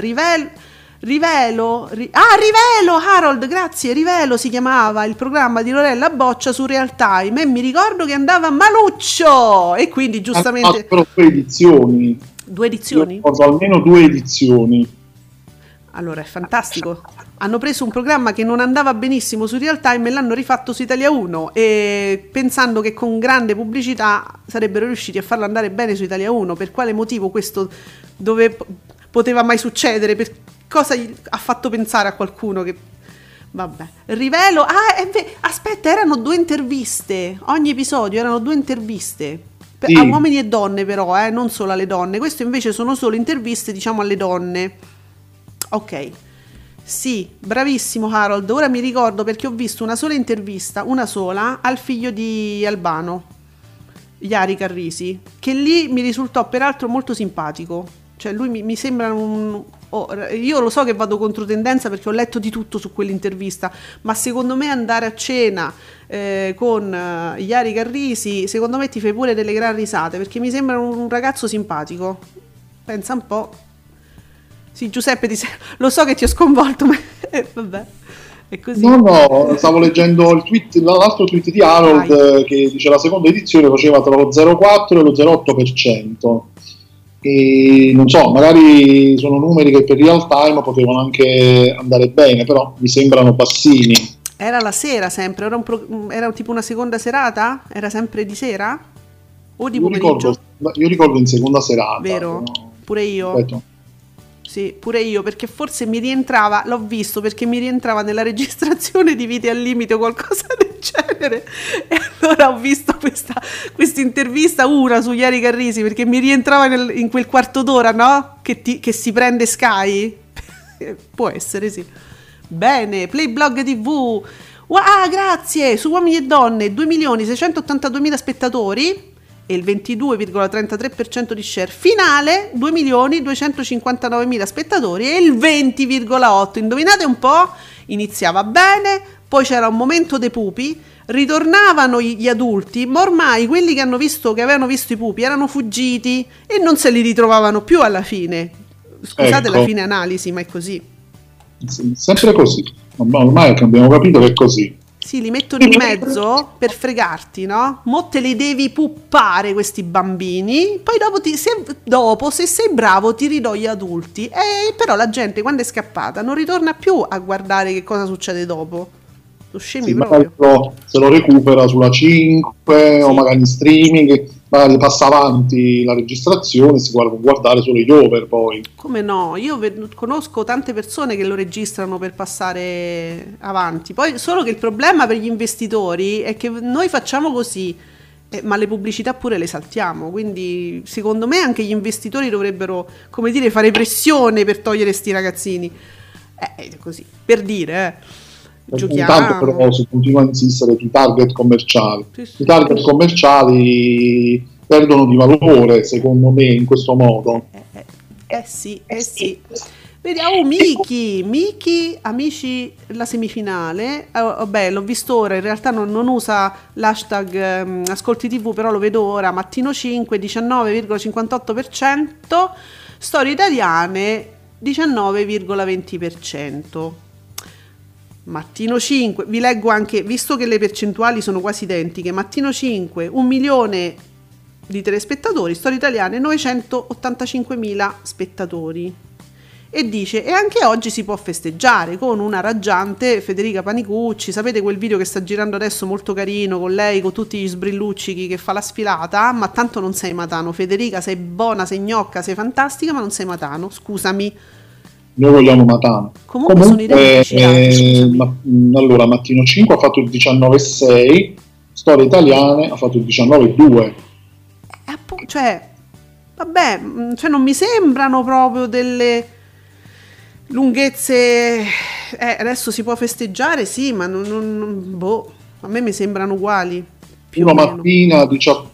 Rivelo, Harold, grazie. Rivelo si chiamava il programma di Lorella Boccia su Real Time e mi ricordo che andava Maluccio e quindi giustamente però 2 edizioni. 2 edizioni? Almeno 2 edizioni. Allora è fantastico. Hanno preso un programma che non andava benissimo su Real Time e l'hanno rifatto su Italia 1 e pensando che con grande pubblicità sarebbero riusciti a farlo andare bene su Italia 1. Per quale motivo questo poteva mai succedere? Per cosa ha fatto pensare a qualcuno che... Vabbè. Rivelo... aspetta, erano 2 interviste. Ogni episodio erano 2 interviste. Sì. A uomini e donne però, non solo alle donne. Questo invece sono solo interviste, diciamo, alle donne. Ok. Sì, bravissimo Harold. Ora mi ricordo perché ho visto una sola intervista, al figlio di Albano, Iari Carrisi, che lì mi risultò peraltro molto simpatico. Cioè lui mi sembra io lo so che vado contro tendenza perché ho letto di tutto su quell'intervista, ma secondo me andare a cena con Iari Carrisi, secondo me ti fai pure delle gran risate, perché mi sembra un ragazzo simpatico. Pensa un po'. Sì, Giuseppe, lo so che ti ho sconvolto, ma vabbè, è così. No, stavo leggendo l'altro tweet di Harold che dice la seconda edizione faceva tra lo 0,4 e lo 0,8%. E non so, magari sono numeri che per Real Time potevano anche andare bene, però mi sembrano bassini. Era la sera sempre, era tipo una seconda serata? Era sempre di sera? O di pomeriggio? Io ricordo in seconda serata. Vero? No? Pure io. Aspetta. Sì, pure io, perché forse mi rientrava, l'ho visto, perché mi rientrava nella registrazione di Vite al Limite o qualcosa del genere, e allora ho visto questa intervista, una su Iari Carrisi, perché mi rientrava in quel quarto d'ora, no? Che si prende Sky? Può essere, sì. Bene, Playblog TV, grazie, su Uomini e Donne, 2.682.000 spettatori, e il 22,33% di share. Finale 2.259.000 spettatori e il 20,8%. Indovinate un po', iniziava bene, poi c'era un momento dei pupi, ritornavano gli adulti, ma ormai quelli che avevano visto i pupi erano fuggiti e non se li ritrovavano più alla fine. Scusate la fine analisi, ma è così. Sempre così, ormai abbiamo capito che è così. Sì, li mettono in mezzo per fregarti, no? Mo te li devi puppare questi bambini, poi dopo se sei bravo ti ridò gli adulti, però la gente quando è scappata non ritorna più a guardare che cosa succede dopo. Lo scemi proprio. Se lo recupera sulla 5 o magari in streaming, magari passa avanti la registrazione, si può guardare solo gli over poi. Come no? Io conosco tante persone che lo registrano per passare avanti, poi solo che il problema per gli investitori è che noi facciamo così, ma le pubblicità pure le saltiamo, quindi secondo me anche gli investitori dovrebbero, come dire, fare pressione per togliere sti ragazzini. Così, per dire, giochiamo. Intanto però si continua a insistere sui target commerciali. I target commerciali perdono di valore, secondo me, in questo modo. Sì. Vediamo Miki, amici, la semifinale. Vabbè, l'ho visto ora, in realtà non usa l'hashtag Ascolti TV, però lo vedo ora. Mattino 5, 19,58%, storie italiane 19,20%. Mattino 5, vi leggo anche, visto che le percentuali sono quasi identiche, Mattino 5, 1 milione di telespettatori, storie italiane 985.000 spettatori. E dice, e anche oggi si può festeggiare con una raggiante Federica Panicucci, sapete quel video che sta girando adesso molto carino con lei, con tutti gli sbrillucci che fa la sfilata, ma tanto non sei matano, Federica, sei buona, sei gnocca, sei fantastica, ma non sei matano, scusami. Noi vogliamo Matano. Comunque sono identici. Allora, Mattino 5 ha fatto il 19,6, Storie Italiane ha fatto il 19,2. Cioè, vabbè, non mi sembrano proprio delle lunghezze. Adesso si può festeggiare, sì, ma a me mi sembrano uguali. Una mattina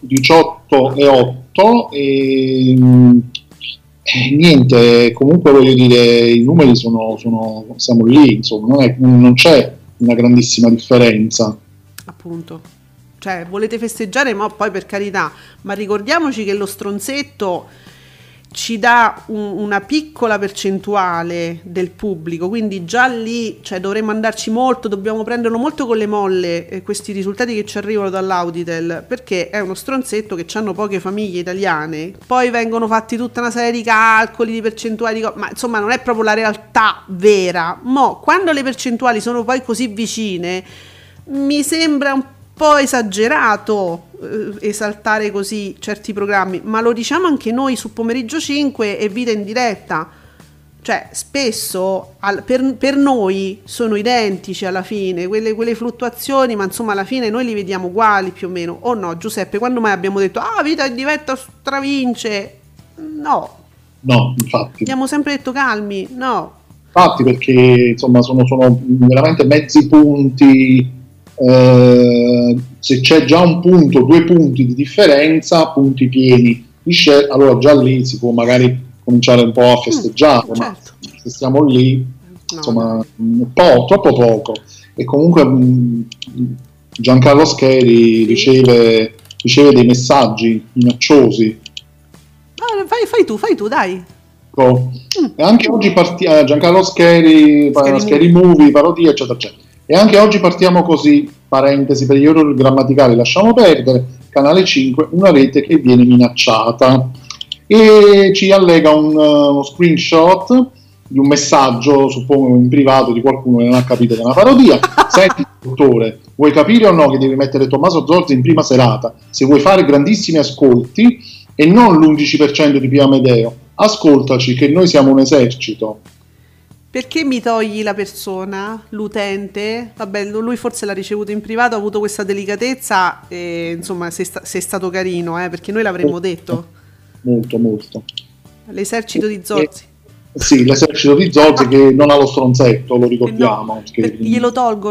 18,8 e niente, comunque voglio dire, i numeri siamo lì, insomma, non c'è una grandissima differenza. Appunto, cioè volete festeggiare, ma poi per carità, ma ricordiamoci che lo stronzetto ci dà una piccola percentuale del pubblico, quindi già lì, cioè, dovremmo andarci molto, dobbiamo prenderlo molto con le molle, questi risultati che ci arrivano dall'Auditel, perché è uno stronzetto che hanno poche famiglie italiane, poi vengono fatti tutta una serie di calcoli, di percentuali, ma insomma non è proprio la realtà vera. Quando le percentuali sono poi così vicine, mi sembra un po' esagerato esaltare così certi programmi, ma lo diciamo anche noi su Pomeriggio 5 e Vita in diretta, cioè spesso per noi sono identici alla fine quelle fluttuazioni, ma insomma alla fine noi li vediamo uguali più o meno, o no Giuseppe? Quando mai abbiamo detto Vita in diretta stravince? No, infatti abbiamo sempre detto calmi, no, infatti, perché insomma sono veramente mezzi punti. Se c'è già un punto, 2 punti di differenza, punti pieni di share, allora già lì si può magari cominciare un po' a festeggiare, certo. Ma se stiamo lì, insomma, troppo poco. E comunque Giancarlo Scheri riceve dei messaggi minacciosi. Fai tu, dai. E anche oggi Giancarlo Scheri Movie, parodia, eccetera, eccetera. E anche oggi partiamo così, parentesi, per gli errori grammaticali lasciamo perdere, Canale 5, una rete che viene minacciata, e ci allega uno screenshot di un messaggio, suppongo in privato, di qualcuno che non ha capito che è una parodia. Senti, dottore, vuoi capire o no che devi mettere Tommaso Zorzi in prima serata se vuoi fare grandissimi ascolti e non l'11% di Pio Amedeo? Ascoltaci, che noi siamo un esercito. Perché mi togli la persona, l'utente? Vabbè, lui forse l'ha ricevuto in privato, ha avuto questa delicatezza e insomma sei stato carino, perché noi l'avremmo detto. Molto. L'esercito di Zorzi. Sì, l'esercito di Zorzi che non ha lo stronzetto, lo ricordiamo. Glielo tolgono?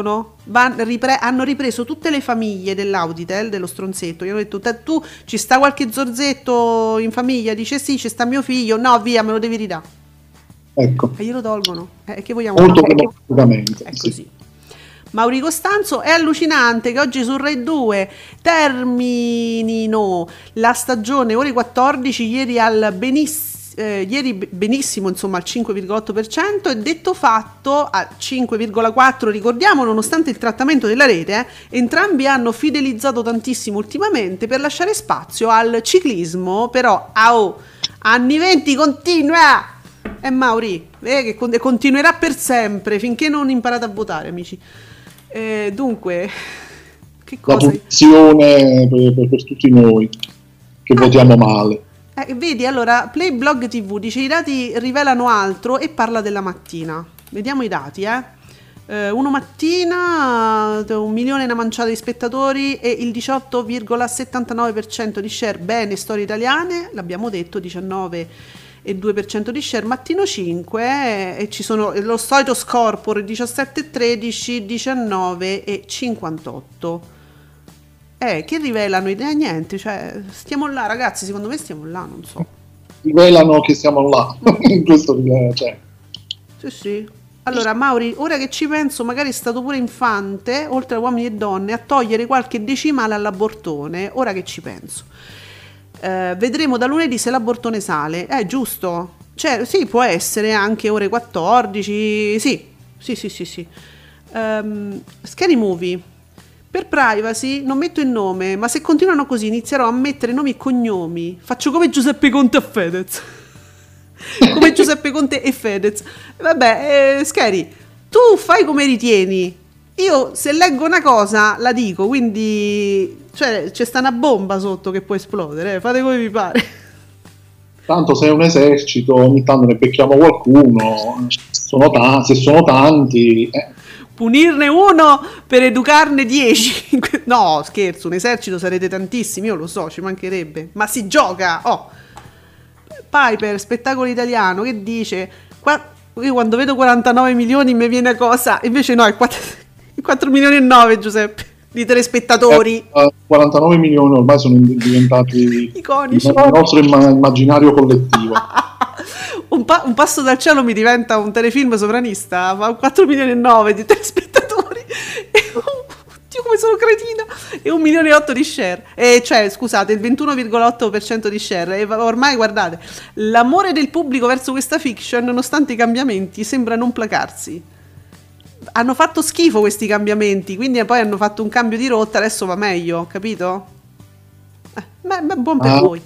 hanno ripreso tutte le famiglie dell'Auditel, dello stronzetto. Gli hanno detto: tu ci sta qualche zorzetto in famiglia? Dice sì, ci sta mio figlio. No, via, me lo devi ridare. Ecco. E glielo tolgono. Che vogliamo molto fare? velocemente. È così. Mauri Costanzo, è allucinante che oggi su Rai 2 terminino la stagione ore 14, ieri benissimo, insomma al 5,8%, e detto fatto al 5,4%, ricordiamo, nonostante il trattamento della rete, entrambi hanno fidelizzato tantissimo ultimamente per lasciare spazio al ciclismo, però anni 20 continua! Mauri, che continuerà per sempre, finché non imparate a votare, amici. Dunque, che cosa? La punizione per tutti noi che votiamo male. Vedi, allora, Playblog TV dice: i dati rivelano altro e parla della mattina. Vediamo i dati, Uno mattina, 1 milione e una manciata di spettatori e il 18,79% di share. Bene, storie italiane, l'abbiamo detto, 19,2% di share. Mattino 5 e ci sono lo solito scorporo 17,13, 19,58. Che rivelano niente, cioè stiamo là, ragazzi, secondo me stiamo là, non so. Rivelano che siamo là, in questo cioè. Sì. Allora, Mauri, ora che ci penso, magari è stato pure Infante, oltre a Uomini e Donne, a togliere qualche decimale all'abortone, ora che ci penso. Vedremo da lunedì se l'abortone sale, giusto? Cioè, sì, può essere anche ore 14, sì. Scary Movie. Per privacy non metto il nome, ma se continuano così inizierò a mettere nomi e cognomi. Faccio come Giuseppe Conte e Fedez. Come Giuseppe Conte e Fedez. Vabbè, Scary, tu fai come ritieni. Io se leggo una cosa la dico, quindi cioè c'è sta una bomba sotto che può esplodere, fate come vi pare. Tanto sei un esercito, ogni tanto ne becchiamo qualcuno, se sono tanti... Punirne uno per educarne 10. No, scherzo, un esercito sarete tantissimi, io lo so, ci mancherebbe. Ma si gioca, Piper, spettacolo italiano, che dice: io quando vedo 49 milioni mi viene cosa, invece no, è 4 milioni e 9, Giuseppe, di telespettatori. 49 milioni ormai sono diventati iconici. Il nostro immaginario collettivo. Un passo dal cielo mi diventa un telefilm sovranista, fa 4 milioni e 9 di telespettatori. Oddio, come sono cretina! E 1 milione e 8 di share. Cioè, scusate, il 21,8% di share. E ormai, guardate, l'amore del pubblico verso questa fiction, nonostante i cambiamenti, sembra non placarsi. Hanno fatto schifo questi cambiamenti, quindi poi hanno fatto un cambio di rotta, adesso va meglio, capito? Ma buon per voi.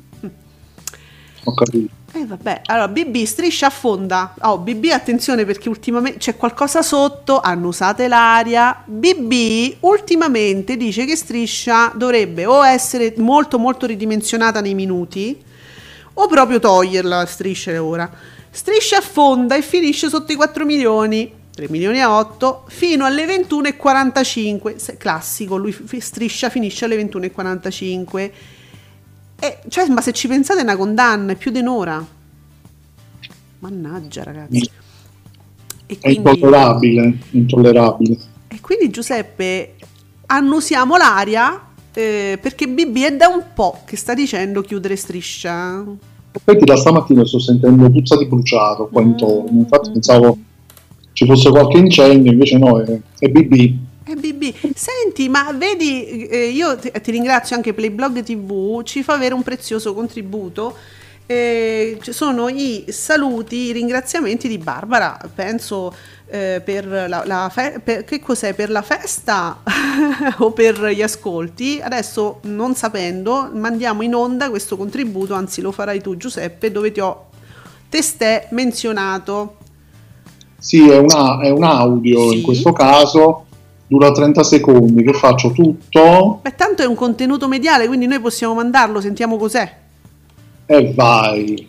Ho capito. Vabbè, allora BB striscia affonda. BB, attenzione, perché ultimamente c'è qualcosa sotto, annusate l'aria. BB ultimamente dice che Striscia dovrebbe o essere molto molto ridimensionata nei minuti o proprio toglierla Striscia ora. Striscia affonda e finisce sotto i 4 milioni, 3 milioni e 8 fino alle 21,45. Classico, lui Striscia finisce alle 21,45. Cioè, ma se ci pensate è una condanna, è più di un'ora. Mannaggia, ragazzi. E quindi, intollerabile. E quindi, Giuseppe, annusiamo l'aria perché BB è da un po' che sta dicendo chiudere Striscia. Infatti da stamattina sto sentendo puzza di bruciato qua intorno. Infatti pensavo ci fosse qualche incendio, invece no, è BB. BB, senti, ma vedi, io ti ringrazio, anche Playblog TV ci fa avere un prezioso contributo. Ci sono i saluti, i ringraziamenti di Barbara, penso per che cos'è, per la festa o per gli ascolti. Adesso, non sapendo, mandiamo in onda questo contributo, anzi lo farai tu, Giuseppe, dove ti ho testé menzionato. Sì, è un audio, sì. In questo caso dura 30 secondi, che faccio tutto. Beh, tanto è un contenuto mediale, quindi noi possiamo mandarlo, sentiamo cos'è. E vai.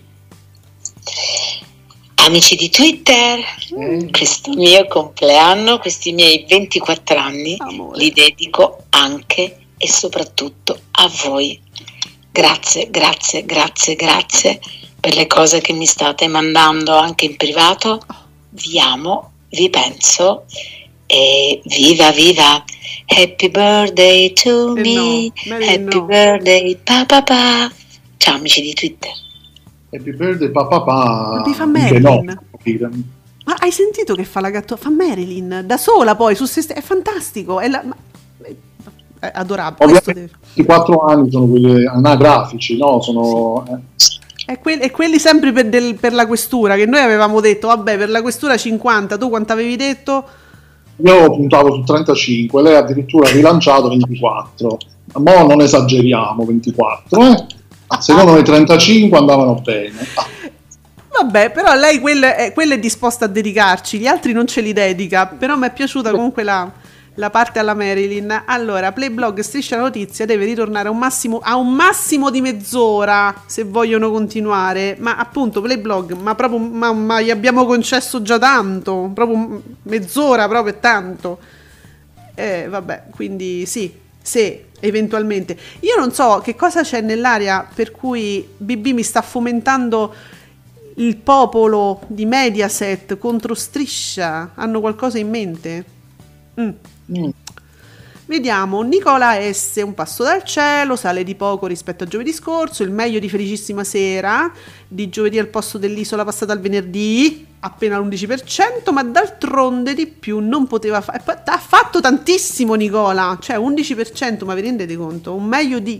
Amici di Twitter, questo mio compleanno, questi miei 24 anni, amore, li dedico anche e soprattutto a voi. Grazie per le cose che mi state mandando anche in privato. Vi amo, vi penso E viva viva, happy birthday to me, happy birthday papà. Ciao amici di Twitter. Happy birthday papà. Ti fa Marilyn. Ma hai sentito che fa la gatto? Fa Marilyn da sola poi su se è fantastico, è adorabile. I 4 anni sono quelli anagrafici, no? Sono E quelli sempre per la questura, che noi avevamo detto, vabbè, per la questura 50, tu quanto avevi detto? Io puntavo su 35, lei addirittura ha rilanciato 24. Ma non esageriamo, 24, secondo me 35 andavano bene. Vabbè, però lei quella è disposta a dedicarci, gli altri non ce li dedica, però mi è piaciuta comunque la parte alla Marilyn. Allora, Playblog Striscia la Notizia deve ritornare a un massimo di mezz'ora se vogliono continuare, ma appunto Playblog, ma gli abbiamo concesso già tanto, proprio mezz'ora, proprio è tanto. Vabbè, quindi sì, se eventualmente. Io non so che cosa c'è nell'aria per cui BB mi sta fomentando il popolo di Mediaset contro Striscia. Hanno qualcosa in mente? Vediamo. Nicola S, un passo dal cielo, sale di poco rispetto a giovedì scorso, il meglio di Felicissima Sera di giovedì al posto dell'Isola passata al venerdì, appena l'11%, ma d'altronde di più non poteva fare. Ha fatto tantissimo Nicola, cioè 11%, ma vi rendete conto? Un meglio di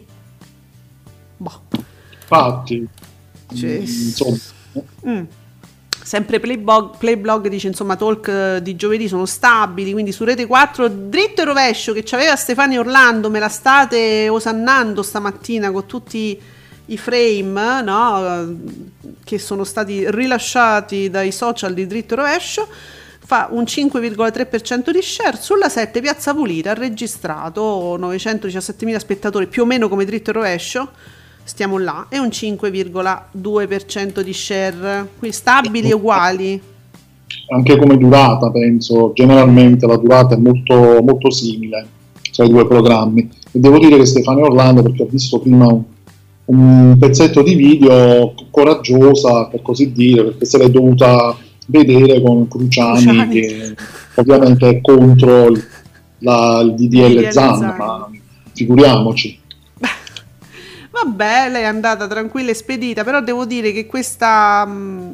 infatti, insomma. Sempre Playblog dice, insomma, talk di giovedì sono stabili, quindi su Rete 4 dritto e rovescio che c'aveva Stefania Orlando, me la state osannando stamattina con tutti i frame, no, che sono stati rilasciati dai social di dritto e rovescio. Fa un 5,3% di share. Sulla 7 Piazza Pulita ha registrato 917.000 spettatori, più o meno come dritto e rovescio, stiamo là, e un 5,2% di share, quindi stabili e uguali. Anche come durata, penso, generalmente la durata è molto, molto simile tra i due programmi. E devo dire che Stefania Orlando, perché ho visto prima un pezzetto di video, coraggiosa per così dire, perché se l'è dovuta vedere con Cruciani. Che ovviamente è contro il DDL Zan, ma figuriamoci. Vabbè, lei è andata tranquilla e spedita, però devo dire che questo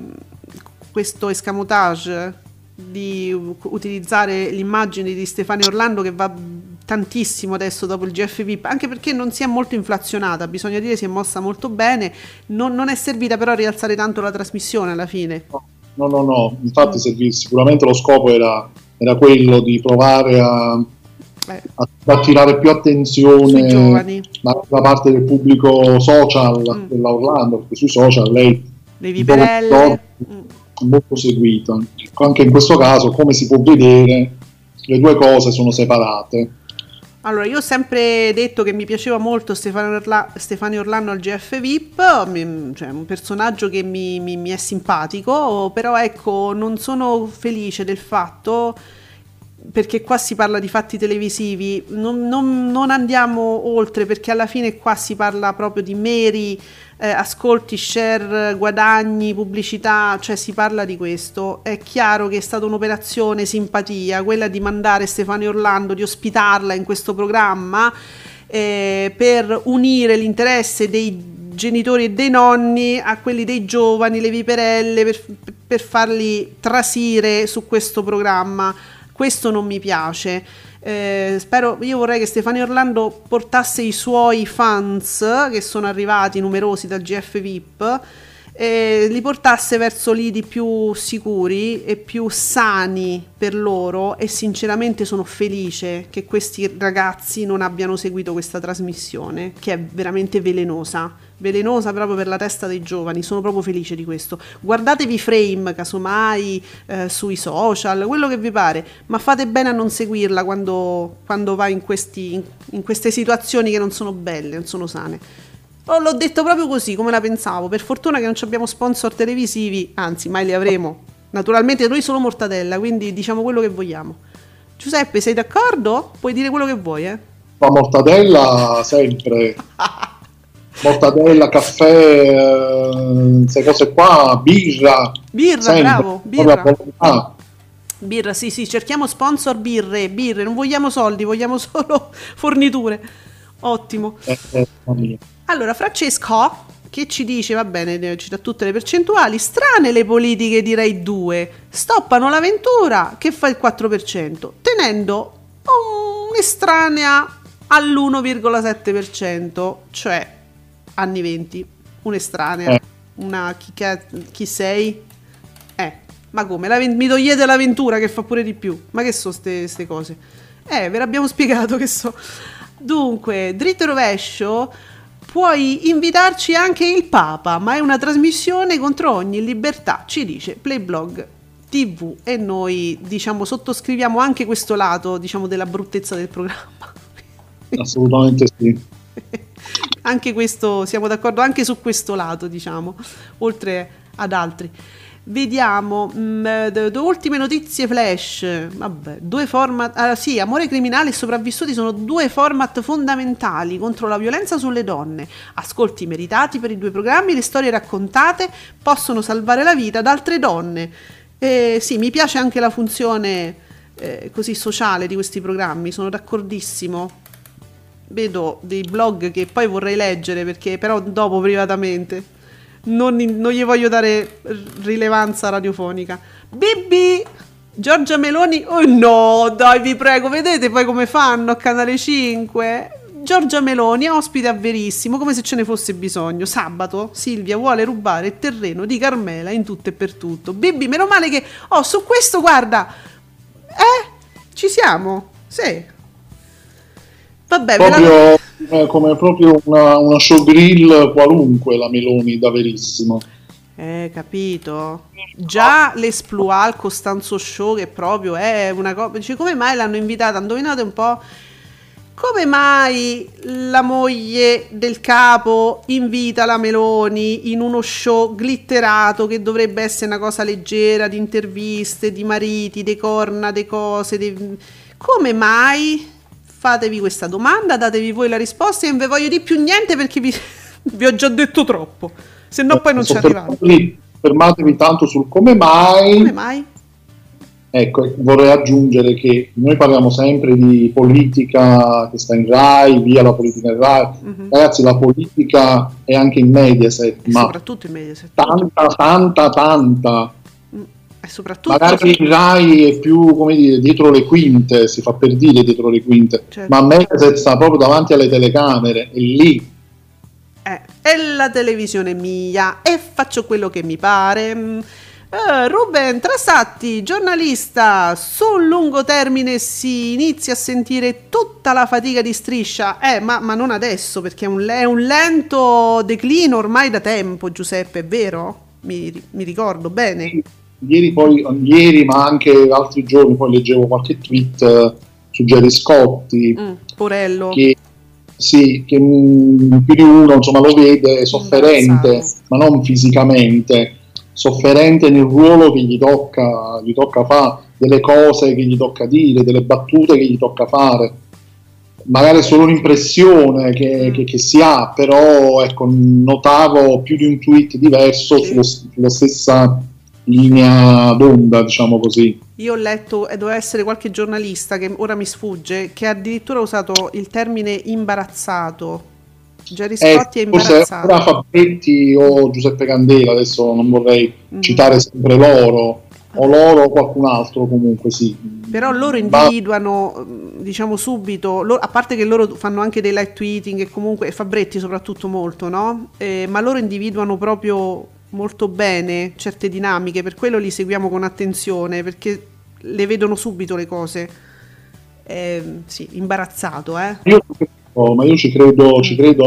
escamotage di utilizzare l'immagine di Stefania Orlando, che va tantissimo adesso dopo il GF VIP, anche perché non si è molto inflazionata, bisogna dire si è mossa molto bene, non è servita però a rialzare tanto la trasmissione alla fine. No, infatti sicuramente lo scopo era quello di provare a attirare più attenzione da parte del pubblico social della Orlando, perché sui social lei le viperelle è molto seguita. Anche in questo caso, come si può vedere, le due cose sono separate. Allora, io ho sempre detto che mi piaceva molto Stefania Orlando al GF VIP, cioè un personaggio che mi è simpatico, però ecco, non sono felice del fatto, perché qua si parla di fatti televisivi, non andiamo oltre, perché alla fine qua si parla proprio di meri ascolti, share, guadagni, pubblicità, cioè si parla di questo. È chiaro che è stata un'operazione simpatia quella di mandare Stefania Orlando, di ospitarla in questo programma per unire l'interesse dei genitori e dei nonni a quelli dei giovani, le viperelle, per farli trasire su questo programma. Questo non mi piace. Io vorrei che Stefania Orlando portasse i suoi fans, che sono arrivati numerosi dal GF VIP, li portasse verso lidi più sicuri e più sani per loro, e sinceramente sono felice che questi ragazzi non abbiano seguito questa trasmissione, che è veramente velenosa proprio per la testa dei giovani. Sono proprio felice di questo. Guardatevi Frame casomai sui social, quello che vi pare, ma fate bene a non seguirla quando va in queste situazioni che non sono belle, non sono sane. L'ho detto proprio così, come la pensavo. Per fortuna che non abbiamo sponsor televisivi, anzi mai li avremo. Naturalmente noi solo mortadella, quindi diciamo quello che vogliamo. Giuseppe, sei d'accordo? Puoi dire quello che vuoi, Ma mortadella sempre. Mortadella, caffè, queste cose qua, birra sempre. Bravo, birra. Birra, sì, cerchiamo sponsor birre, non vogliamo soldi, vogliamo solo forniture. Ottimo. Allora, Francesco, che ci dice, va bene, ci dà tutte le percentuali, strane le politiche di Rai 2, stoppano l'avventura che fa il 4%, tenendo un'estranea all'1,7%, cioè anni 20, un'estranea, una chi sei? Ma come? Mi togliete l'avventura che fa pure di più? Ma che sono ste cose? Ve l'abbiamo spiegato che so. Dunque, dritto e rovescio, puoi invitarci anche il Papa, ma è una trasmissione contro ogni libertà, ci dice Playblog TV, e noi, diciamo, sottoscriviamo anche questo lato, diciamo, della bruttezza del programma. Assolutamente sì. Anche questo, siamo d'accordo anche su questo lato, diciamo, oltre ad altri. Vediamo, ultime notizie flash. Vabbè, 2 format. Sì, Amore criminale e Sopravvissuti sono 2 format fondamentali contro la violenza sulle donne. Ascolti meritati per i 2 programmi, le storie raccontate possono salvare la vita ad altre donne. Sì, mi piace anche la funzione così sociale di questi programmi, sono d'accordissimo. Vedo dei blog che poi vorrei leggere, perché però dopo privatamente. Non gli voglio dare rilevanza radiofonica. Bibi, Giorgia Meloni, oh no, dai, vi prego, vedete poi come fanno a Canale 5? Giorgia Meloni, ospite a Verissimo, come se ce ne fosse bisogno. Sabato Silvia vuole rubare il terreno di Carmela in tutto e per tutto. Bibi, meno male che su questo, guarda, ci siamo, sì. Vabbè, come proprio una showgrill qualunque, la Meloni da Verissimo. Capito? Già l'Esplual Costanzo Show, che proprio è una cosa. Dice, come mai l'hanno invitata? Indovinate un po'. Come mai la moglie del capo invita la Meloni in uno show glitterato che dovrebbe essere una cosa leggera, di interviste, di mariti, di corna, di cose. Come mai? Fatevi questa domanda, datevi voi la risposta. Io non vi voglio di più niente, perché vi ho già detto troppo, se no poi non ci arrivate. Fermatevi tanto sul come mai. Come mai? Ecco, vorrei aggiungere che noi parliamo sempre di politica che sta in Rai, via la politica in Rai. Ragazzi, la politica è anche in Mediaset, ma soprattutto in Mediaset. Tanta. Soprattutto magari il Rai è più, come dire, dietro le quinte, si fa per dire dietro le quinte, certo. Ma Mediaset sta proprio davanti alle telecamere, è lì. È la televisione mia e faccio quello che mi pare. Ruben Trasatti, giornalista, sul lungo termine si inizia a sentire tutta la fatica di Striscia, ma non adesso, perché è un lento declino ormai da tempo, Giuseppe, è vero? Mi ricordo bene. Ieri, ma anche altri giorni, poi leggevo qualche tweet su Gerry Scotti, Porello, che più di uno, insomma, lo vede sofferente, ma non fisicamente, sofferente nel ruolo che gli tocca fare, delle cose che gli tocca dire, delle battute che gli tocca fare. Magari è solo un'impressione che si ha, però ecco, notavo più di un tweet diverso sulla stessa linea d'onda, diciamo così. Io ho letto, e doveva essere qualche giornalista che ora mi sfugge, che addirittura ha usato il termine imbarazzato. Gerry Scotti è imbarazzato. Ora Fabretti o Giuseppe Candela, adesso non vorrei citare sempre loro, o loro o qualcun altro, comunque sì. Però loro individuano, diciamo subito, a parte che loro fanno anche dei live tweeting, e comunque Fabretti soprattutto molto, no? Ma loro individuano proprio molto bene certe dinamiche, per quello li seguiamo con attenzione, perché le vedono subito le cose. Sì, imbarazzato, ma io ci credo.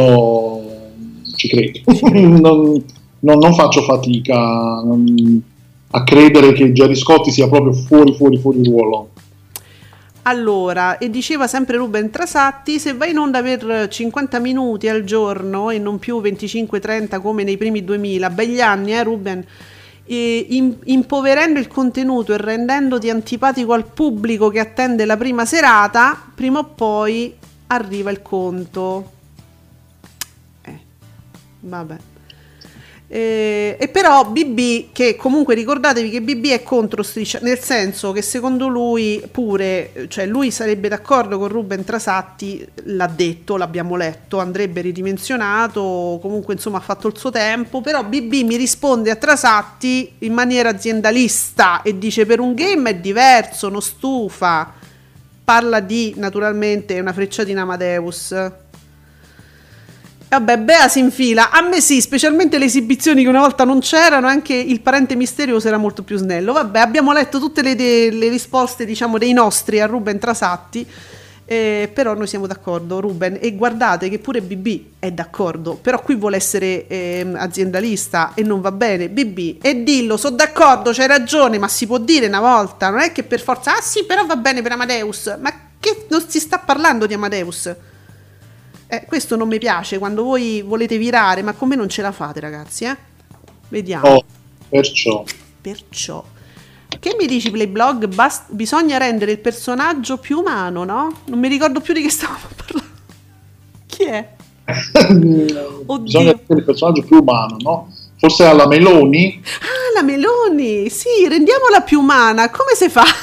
Non faccio fatica a credere che Gerry Scotti sia proprio fuori ruolo. Allora, e diceva sempre Ruben Trasatti, se vai in onda per 50 minuti al giorno e non più 25-30 come nei primi 2000, begli anni, Ruben, impoverendo il contenuto e rendendoti antipatico al pubblico che attende la prima serata, prima o poi arriva il conto. Vabbè. E però BB, che comunque ricordatevi che BB è contro Striscia, nel senso che secondo lui pure, cioè lui sarebbe d'accordo con Ruben Trasatti, l'ha detto, l'abbiamo letto, andrebbe ridimensionato, comunque insomma ha fatto il suo tempo, però BB mi risponde a Trasatti in maniera aziendalista e dice: per un game è diverso, non stufa, parla di naturalmente una frecciatina Amadeus. Vabbè, Bea si infila. A me sì, specialmente le esibizioni che una volta non c'erano, anche il parente misterioso era molto più snello. Vabbè, abbiamo letto tutte le risposte, diciamo, dei nostri a Ruben Trasatti, però noi siamo d'accordo, Ruben, e guardate che pure BB è d'accordo, però qui vuole essere aziendalista e non va bene. BB, e dillo, sono d'accordo, c'hai ragione, ma si può dire una volta, non è che per forza, ah sì, però va bene per Amadeus, ma che non si sta parlando di Amadeus? Questo non mi piace, quando voi volete virare, ma con me non ce la fate, ragazzi, Vediamo. Oh, perciò. Che mi dici, Playblog? Bisogna rendere il personaggio più umano, no? Non mi ricordo più di che stavamo parlando. Chi è? Bisogna rendere il personaggio più umano, no? Forse alla Meloni? Ah, la Meloni! Sì, rendiamola più umana. Come si fa?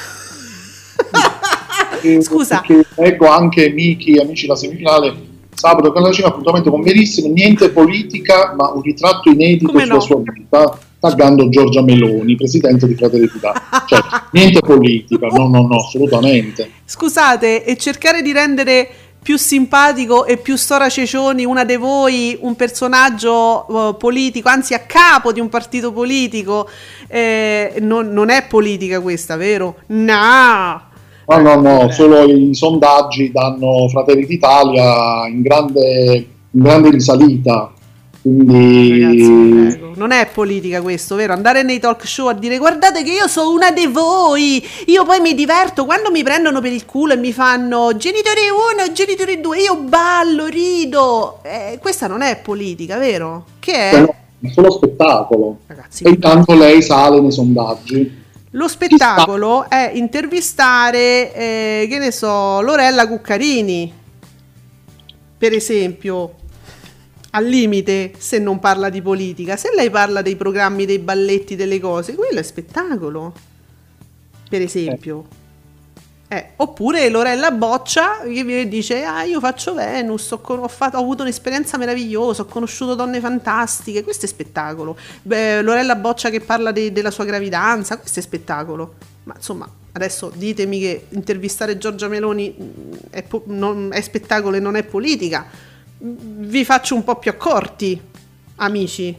Scusa. Ecco anche Miki, amici della semifinale, sabato Canale 5, appuntamento con Verissimo, niente politica ma un ritratto inedito sulla sua vita, taggando Giorgia Meloni, presidente di Fratelli d'Italia. Cioè, niente politica, no, assolutamente. Scusate, e cercare di rendere più simpatico e più Sora Cecioni, una di voi, un personaggio politico, anzi a capo di un partito politico, non è politica questa, vero? No, solo i sondaggi danno Fratelli d'Italia in grande risalita, quindi ragazzi, prego, non è politica questo, vero? Andare nei talk show a dire guardate che io sono una di voi, io poi mi diverto quando mi prendono per il culo e mi fanno genitori 1, genitori 2, io ballo, rido, questa non è politica, vero? Che è? È solo spettacolo, ragazzi, e intanto lei sale nei sondaggi. Lo spettacolo è intervistare, che ne so, Lorella Cuccarini, per esempio, al limite, se non parla di politica. Se lei parla dei programmi, dei balletti, delle cose, quello è spettacolo, per esempio. Oppure Lorella Boccia che viene e dice io faccio Venus, ho avuto un'esperienza meravigliosa, ho conosciuto donne fantastiche, questo è spettacolo. Lorella Boccia che parla della sua gravidanza, questo è spettacolo. Ma insomma, adesso ditemi che intervistare Giorgia Meloni è spettacolo e non è politica. Vi faccio un po' più accorti, amici.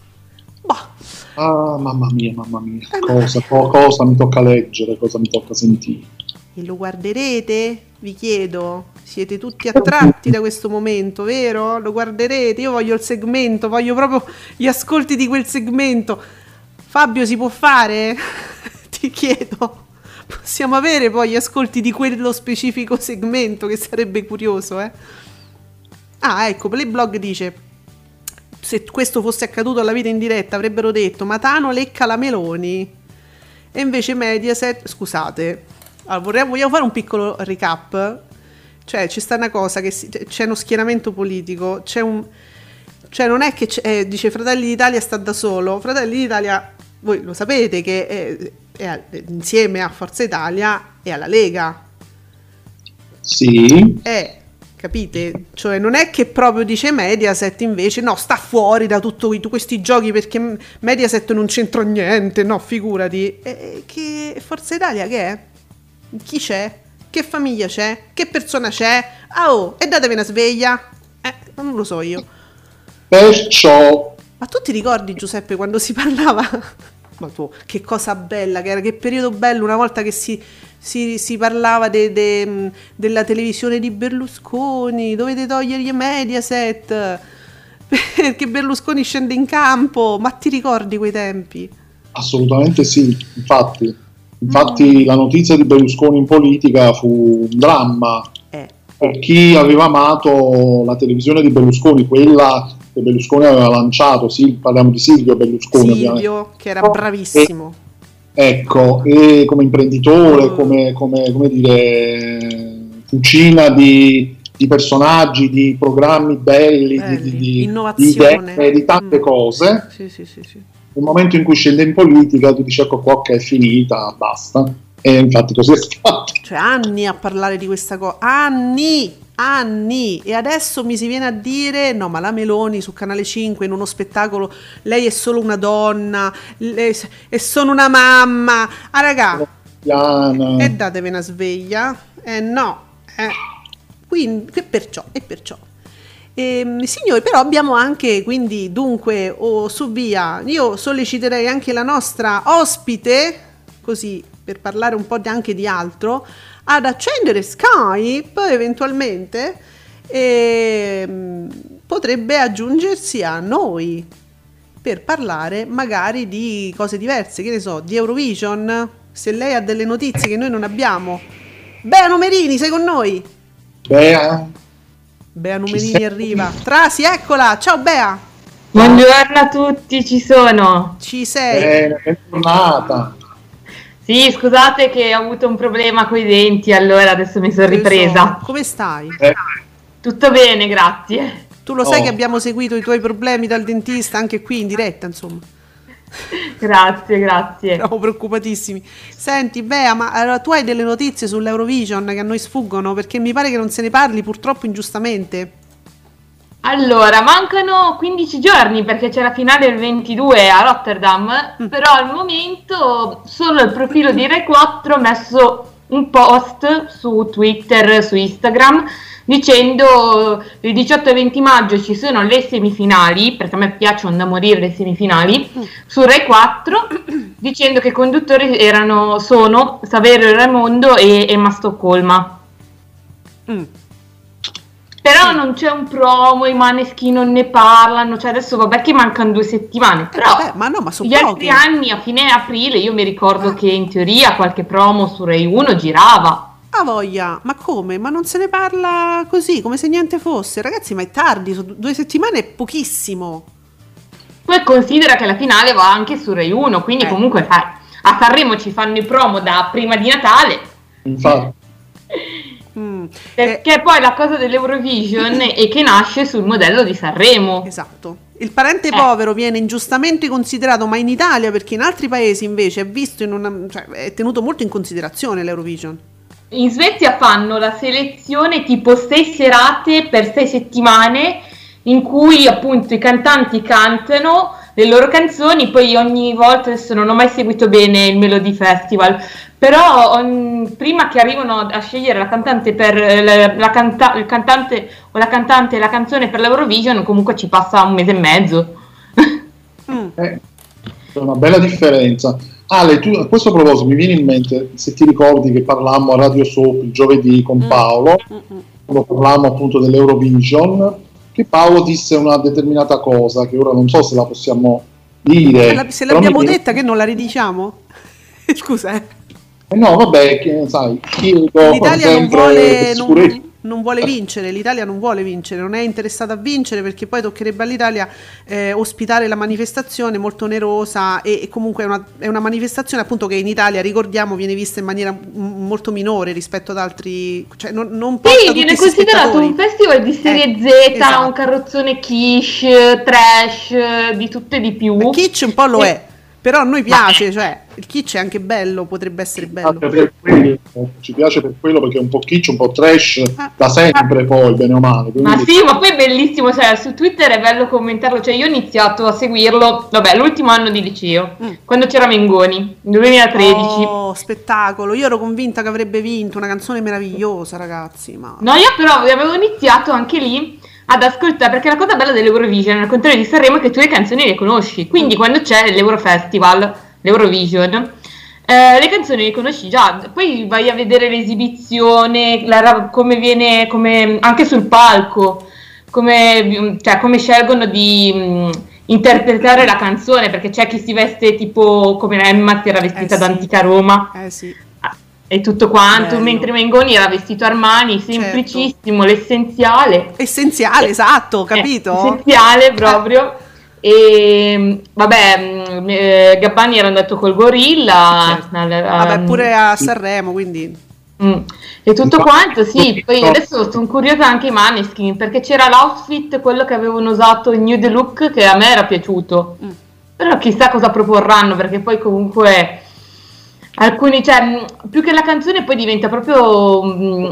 Mamma mia, cosa mi tocca leggere, cosa mi tocca sentire. E lo guarderete? Vi chiedo, siete tutti attratti da questo momento, vero? Lo guarderete? Io voglio il segmento, voglio proprio gli ascolti di quel segmento. Fabio, si può fare? Ti chiedo. Possiamo avere poi gli ascolti di quello specifico segmento, che sarebbe curioso, ecco, Playblog dice: se questo fosse accaduto alla vita in diretta avrebbero detto Matano lecca la Meloni, e invece Mediaset, scusate, allora, vogliamo fare un piccolo recap. Cioè c'è sta una cosa che c'è uno schieramento politico, cioè non è che dice Fratelli d'Italia sta da solo. Fratelli d'Italia, voi lo sapete che è insieme a Forza Italia e alla Lega. Sì. Capite? Cioè non è che proprio dice Mediaset invece no, sta fuori da tutti questi giochi perché Mediaset non c'entra niente, no, figurati. Che Forza Italia che è? Chi c'è? Che famiglia c'è? Che persona c'è? E datevi una sveglia. Non lo so io. Perciò. Ma tu ti ricordi, Giuseppe, quando si parlava? Ma tu, che cosa bella che era, che periodo bello, una volta che si parlava della televisione di Berlusconi, dovete togliergli Mediaset perché Berlusconi scende in campo. Ma ti ricordi quei tempi? Assolutamente sì, infatti la notizia di Berlusconi in politica fu un dramma per chi aveva amato la televisione di Berlusconi, quella che Berlusconi aveva lanciato. Parliamo di Silvio Berlusconi, Silvio, che era bravissimo, e come imprenditore, come dire, cucina di di personaggi, di programmi belli, di innovazione, idee, di tante cose. Sì. Nel momento in cui scende in politica tu dici ecco qua che è finita, basta. E infatti così è stato. Cioè anni a parlare di questa cosa, anni, e adesso mi si viene a dire no, ma la Meloni su Canale 5 in uno spettacolo, lei è solo una donna, è solo una mamma, raga, e datevi una sveglia, quindi e perciò. Signori, però abbiamo anche, quindi dunque su via, io solleciterei anche la nostra ospite, così per parlare un po' anche di altro, ad accendere Skype eventualmente, e potrebbe aggiungersi a noi per parlare magari di cose diverse, che ne so, di Eurovision, se lei ha delle notizie che noi non abbiamo. Bea Numerini, sei con noi? Bea Numerini arriva. Trasi, eccola, ciao Bea. Buongiorno a tutti, ci sono. Ci sei? Bentornata. Sì, scusate che ho avuto un problema coi denti, allora adesso mi sono ripresa. Come stai? Tutto bene, grazie. Tu lo sai che abbiamo seguito i tuoi problemi dal dentista anche qui in diretta, insomma. Grazie. Siamo preoccupatissimi. Senti Bea, ma allora, tu hai delle notizie sull'Eurovision che a noi sfuggono? Perché mi pare che non se ne parli purtroppo ingiustamente. Allora, mancano 15 giorni perché c'è la finale il 22 a Rotterdam, però al momento solo il profilo di Rai 4 ha messo un post su Twitter, su Instagram, dicendo il 18 e 20 maggio ci sono le semifinali, perché a me piacciono da morire le semifinali, su Rai 4, dicendo che i conduttori sono Saverio Raimondo e Emma Stoccolma. Però non c'è un promo, i Maneskin non ne parlano, cioè adesso vabbè che mancano 2 settimane, però ma sono gli altri anni a fine aprile io mi ricordo che in teoria qualche promo su Rai 1 girava. Ah voglia, ma come? Ma non se ne parla così, come se niente fosse, ragazzi, ma è tardi, 2 settimane è pochissimo. Poi considera che la finale va anche su Rai 1, quindi comunque a Sanremo ci fanno i promo da prima di Natale. Infatti. Perché poi la cosa dell'Eurovision è che nasce sul modello di Sanremo. Esatto. Il parente povero viene ingiustamente considerato, ma in Italia, perché in altri paesi invece è visto è tenuto molto in considerazione l'Eurovision. In Svezia fanno la selezione tipo 6 serate per 6 settimane in cui appunto i cantanti cantano le loro canzoni, poi ogni volta, adesso non ho mai seguito bene il Melody Festival, però prima che arrivano a scegliere la cantante per il cantante o la cantante e la canzone per l'Eurovision, comunque ci passa 1 mese e mezzo. È una bella differenza. Ale, tu a questo proposito mi viene in mente, se ti ricordi che parlammo a Radio Soap il giovedì con Paolo, quando parlammo appunto dell'Eurovision, che Paolo disse una determinata cosa che ora non so se la possiamo dire. Se l'abbiamo detta, che non la ridiciamo? Scusa, no, vabbè, che sai, l'Italia non vuole vincere, l'Italia non vuole vincere, non è interessata a vincere, perché poi toccherebbe all'Italia ospitare la manifestazione molto onerosa e comunque è una manifestazione appunto che in Italia, ricordiamo, viene vista in maniera molto minore rispetto ad altri, cioè non sì, viene considerato un festival di serie Z, esatto. Un carrozzone kitsch, trash, di tutto e di più. Kitsch un po' lo è, però a noi piace, cioè il kitsch è anche bello, potrebbe essere bello. Ci piace per quello, perché è un po' kitsch, un po' trash da sempre, poi bene o male. Quindi... Ma sì, ma poi è bellissimo, cioè su Twitter è bello commentarlo, cioè io ho iniziato a seguirlo, vabbè, l'ultimo anno di liceo, quando c'era Mengoni, nel 2013. Oh, spettacolo, io ero convinta che avrebbe vinto, una canzone meravigliosa, ragazzi. No, io però avevo iniziato anche lì ad ascoltare, perché la cosa bella dell'Eurovision, al contrario di Sanremo, è che tu le canzoni le conosci, quindi quando c'è l'Eurofestival, l'Eurovision, le canzoni le conosci già, poi vai a vedere l'esibizione, come anche sul palco, come scelgono di interpretare la canzone, perché c'è chi si veste tipo come Emma, si era vestita d'antica Roma. Sì. E tutto quanto, bello. Mentre Mengoni era vestito Armani, semplicissimo, l'essenziale. Essenziale, esatto, capito? Essenziale proprio. E vabbè, Gabbani era andato col Gorilla. Vabbè, pure a Sanremo, quindi E tutto quanto, sì, poi adesso sono curiosa anche i Maneskin, perché c'era l'outfit, quello che avevano usato in New The Look, che a me era piaciuto, però chissà cosa proporranno, perché poi comunque alcuni, cioè, più che la canzone poi diventa proprio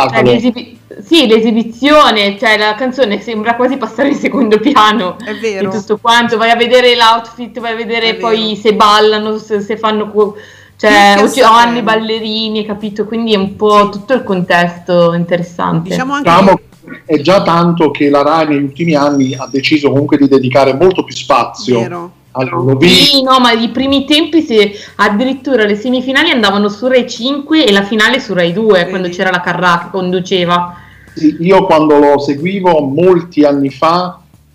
l'esibizione, cioè la canzone sembra quasi passare in secondo piano. È vero. E tutto quanto, vai a vedere l'outfit, vai a vedere poi se ballano, se fanno, cioè o hanno i ballerini, capito? Quindi è un po' tutto il contesto interessante. Diciamo anche è già tanto che la Rai negli ultimi anni ha deciso comunque di dedicare molto più spazio. Sì, no, ma i primi tempi addirittura le semifinali andavano su Rai 5 e la finale su Rai 2, quando c'era la Carrà che conduceva. Sì, io quando lo seguivo molti anni fa,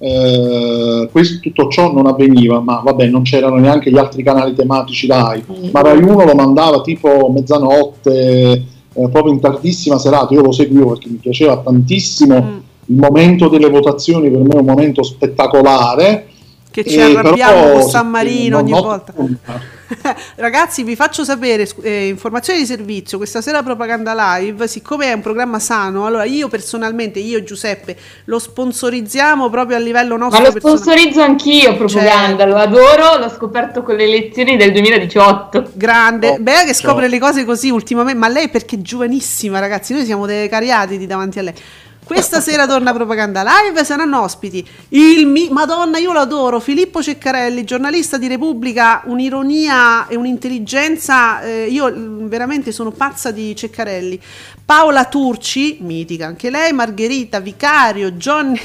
tutto ciò non avveniva, ma vabbè, non c'erano neanche gli altri canali tematici Rai, ma Rai 1 lo mandava tipo mezzanotte, proprio in tardissima serata. Io lo seguivo perché mi piaceva tantissimo. Il momento delle votazioni per me è un momento spettacolare, che ci arrabbiamo con San Marino ogni volta. Ragazzi, vi faccio sapere informazioni di servizio: questa sera Propaganda Live, siccome è un programma sano, allora io personalmente, io Giuseppe, lo sponsorizziamo proprio a livello nostro. Ma lo sponsorizzo anch'io Propaganda, lo adoro, l'ho scoperto con le elezioni del 2018. Grande, Bea che scopre le cose così ultimamente, ma lei perché è giovanissima, ragazzi, noi siamo dei cariati di davanti a lei. Questa sera torna Propaganda Live, saranno ospiti Madonna, io lo adoro, Filippo Ceccarelli, giornalista di Repubblica, un'ironia e un'intelligenza, io veramente sono pazza di Ceccarelli. Paola Turci, mitica anche lei, Margherita Vicario, Johnny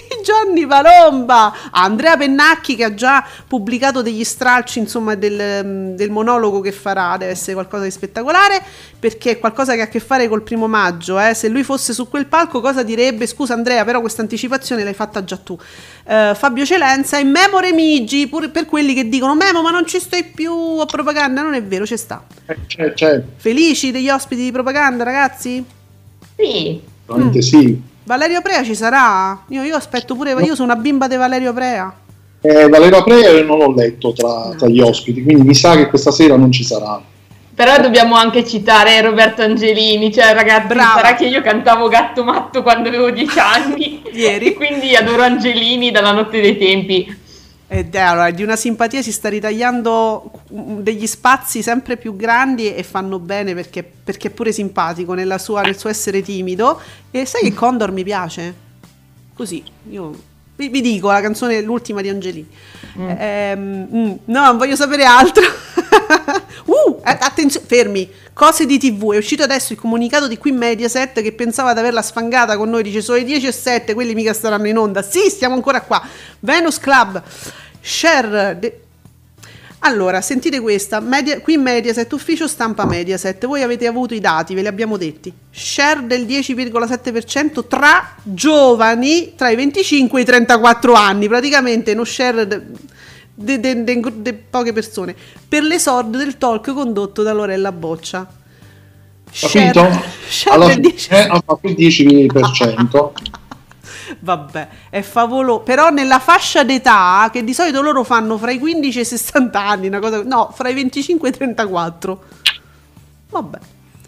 Palomba, Andrea Pennacchi, che ha già pubblicato degli stralci, insomma, del monologo che farà. Deve essere qualcosa di spettacolare, perché è qualcosa che ha a che fare col 1° maggio. Se lui fosse su quel palco, cosa direbbe? Scusa Andrea, però questa anticipazione l'hai fatta già tu. Fabio Celenza e Memo Remigi, pure per quelli che dicono Memo ma non ci stai più a Propaganda. Non è vero, ci sta. C'è. Felici degli ospiti di Propaganda, ragazzi? Sì. Veramente sì. Valerio Prea ci sarà? Io aspetto pure, io sono una bimba di Valerio Prea. Valerio Prea non l'ho letto tra gli ospiti, quindi mi sa che questa sera non ci sarà. Però dobbiamo anche citare Roberto Angelini, cioè ragazzi, sarà che io cantavo Gatto Matto quando avevo 10 anni ieri, e quindi adoro Angelini dalla notte dei tempi. Ed allora, di una simpatia si sta ritagliando degli spazi sempre più grandi e fanno bene, perché è pure simpatico nel suo essere timido. E sai che Condor mi piace? Così, io vi dico la canzone, l'ultima di Angelini. No, non voglio sapere altro. Attenzione, fermi. Cose di TV, è uscito adesso il comunicato di qui Mediaset, che pensava di averla sfangata con noi, dice sono le 10:07, quelli mica staranno in onda. Sì, stiamo ancora qua. Venus Club, share allora, sentite questa, qui Mediaset, ufficio stampa Mediaset, voi avete avuto i dati, ve li abbiamo detti. Share del 10,7% tra giovani tra i 25 e i 34 anni, praticamente uno share di poche persone, per l'esordio del talk condotto da Lorella Boccia. Capito? Allora, ha fatto il 10%. Vabbè, è favoloso, però nella fascia d'età che di solito loro fanno fra i 15 e i 60 anni, una cosa, no, fra i 25 e i 34. Vabbè.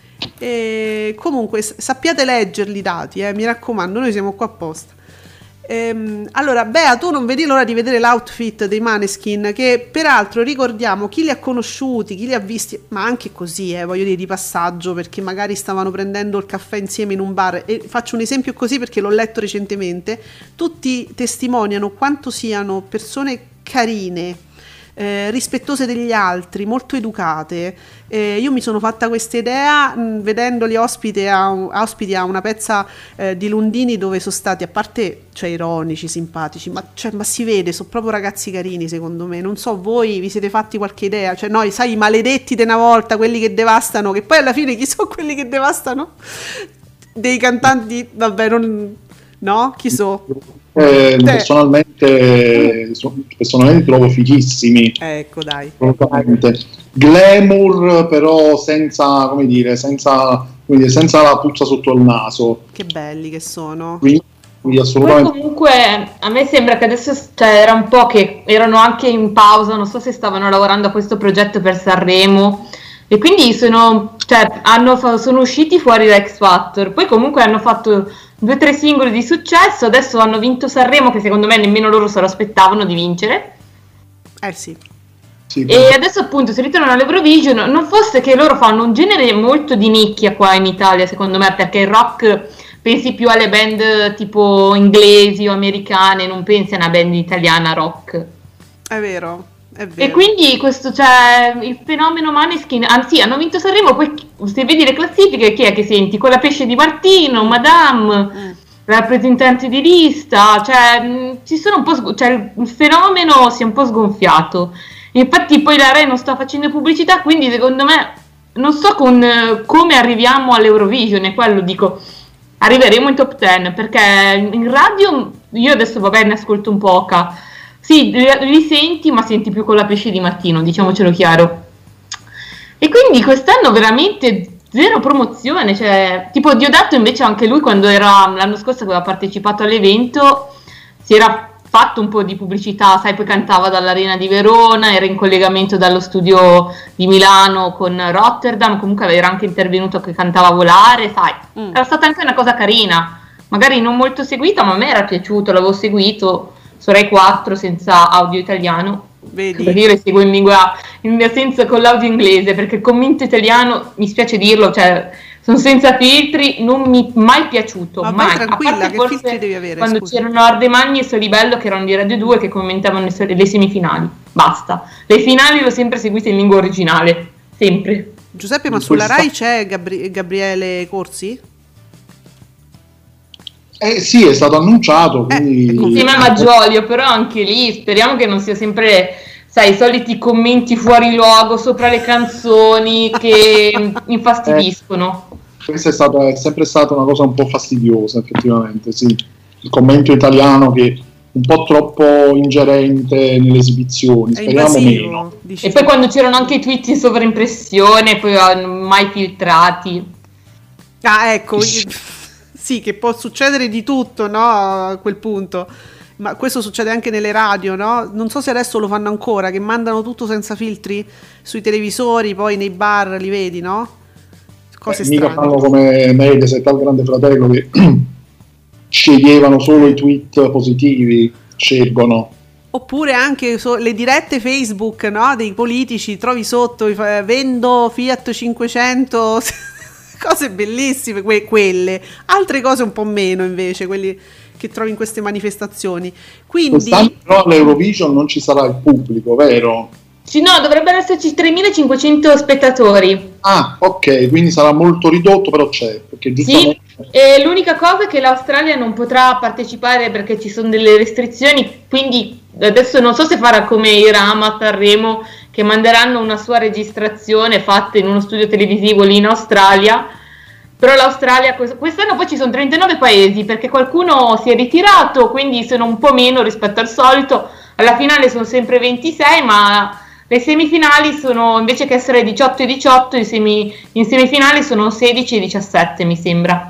E comunque sappiate leggerli i dati, mi raccomando, noi siamo qua apposta. Allora, Bea, tu non vedi l'ora di vedere l'outfit dei Maneskin, che peraltro ricordiamo chi li ha conosciuti, chi li ha visti, ma anche così, voglio dire, di passaggio, perché magari stavano prendendo il caffè insieme in un bar, e faccio un esempio così perché l'ho letto recentemente. Tutti testimoniano quanto siano persone carine, rispettose degli altri, molto educate. Io mi sono fatta questa idea vedendoli ospiti a una pezza di Lundini, dove sono stati, a parte cioè ironici, simpatici, ma si vede, sono proprio ragazzi carini, secondo me. Non so, voi vi siete fatti qualche idea? Cioè noi, sai, i maledetti di una volta, quelli che devastano, che poi alla fine chi sono quelli che devastano? Dei cantanti, vabbè, no? Chi so? Personalmente trovo fighissimi. Ecco, dai. Glamour, però senza la puzza sotto il naso. Che belli che sono. Quindi assolutamente. Poi comunque a me sembra che adesso, cioè, era un po' che erano anche in pausa, non so se stavano lavorando a questo progetto per Sanremo, E quindi sono usciti fuori da X Factor, poi comunque hanno fatto 2 o 3 singoli di successo, adesso hanno vinto Sanremo, che secondo me nemmeno loro se lo aspettavano di vincere. Sì. E adesso appunto si ritornano all'Eurovision, non fosse che loro fanno un genere molto di nicchia qua in Italia, secondo me, perché il rock pensi più alle band tipo inglesi o americane, non pensi a una band italiana rock. È vero. E quindi questo, il fenomeno Maneskin, anzi hanno vinto Sanremo, poi se vedi le classifiche chi è che senti? Con la Pesce di Martino, Madame, rappresentanti di lista, ci sono un po' il fenomeno si è un po' sgonfiato. Infatti poi la Rai non sta facendo pubblicità, quindi secondo me non so come arriviamo all'Eurovision, e quello dico, arriveremo in top 10, perché in radio io adesso va bene, ascolto un po', sì, li senti, ma senti più con la Pesce di Mattino, diciamocelo chiaro. E quindi quest'anno veramente zero promozione, tipo Diodato invece anche lui quando era l'anno scorso che aveva partecipato all'evento si era fatto un po' di pubblicità, sai, poi cantava dall'Arena di Verona, era in collegamento dallo studio di Milano con Rotterdam, comunque era anche intervenuto che cantava Volare, sai, era stata anche una cosa carina, magari non molto seguita, ma a me era piaciuto, l'avevo seguito su Rai 4 senza audio italiano. Vedi? Perché io le seguo senza con l'audio inglese, perché il commento italiano, mi spiace dirlo, sono senza filtri, non mi è mai piaciuto. Ma mai. vai tranquilla, che filtri devi avere? Quando c'erano Ardemagni e Solibello, che erano di Radio 2, che commentavano le semifinali, basta. Le finali l'ho sempre seguite in lingua originale, sempre. Giuseppe, ma sulla Rai c'è Gabriele Corsi? Sì, è stato annunciato. Insieme a Maggiolio, però anche lì speriamo che non sia sempre, sai, i soliti commenti fuori luogo sopra le canzoni che infastidiscono. Questa è sempre stata una cosa un po' fastidiosa, effettivamente, sì. Il commento italiano che è un po' troppo ingerente nelle esibizioni, speriamo meno. E poi quando c'erano anche i tweet in sovraimpressione, poi mai filtrati. Ecco. Sì, che può succedere di tutto, no? A quel punto. Ma questo succede anche nelle radio, no? Non so se adesso lo fanno ancora, che mandano tutto senza filtri sui televisori, poi nei bar li vedi, no? Cose strane. Mica fanno come Mediaset al Grande Fratello che sceglievano solo i tweet positivi, scelgono. Oppure anche le dirette Facebook, no? Dei politici, trovi sotto, vendo Fiat 500... cose bellissime quelle, altre cose un po' meno invece, quelli che trovi in queste manifestazioni. Quindi quest'anno però all'Eurovision non ci sarà il pubblico, vero? Sì, no, dovrebbero esserci 3.500 spettatori. Ok, quindi sarà molto ridotto, però c'è, perché giustamente... Sì, e l'unica cosa è che l'Australia non potrà partecipare perché ci sono delle restrizioni, quindi adesso non so se farà come Irama a Sanremo, che manderanno una sua registrazione fatta in uno studio televisivo lì in Australia, però l'Australia quest'anno poi ci sono 39 paesi perché qualcuno si è ritirato, quindi sono un po' meno rispetto al solito, alla finale sono sempre 26, ma le semifinali sono, invece che essere 18 e 18, in semifinali sono 16 e 17 mi sembra.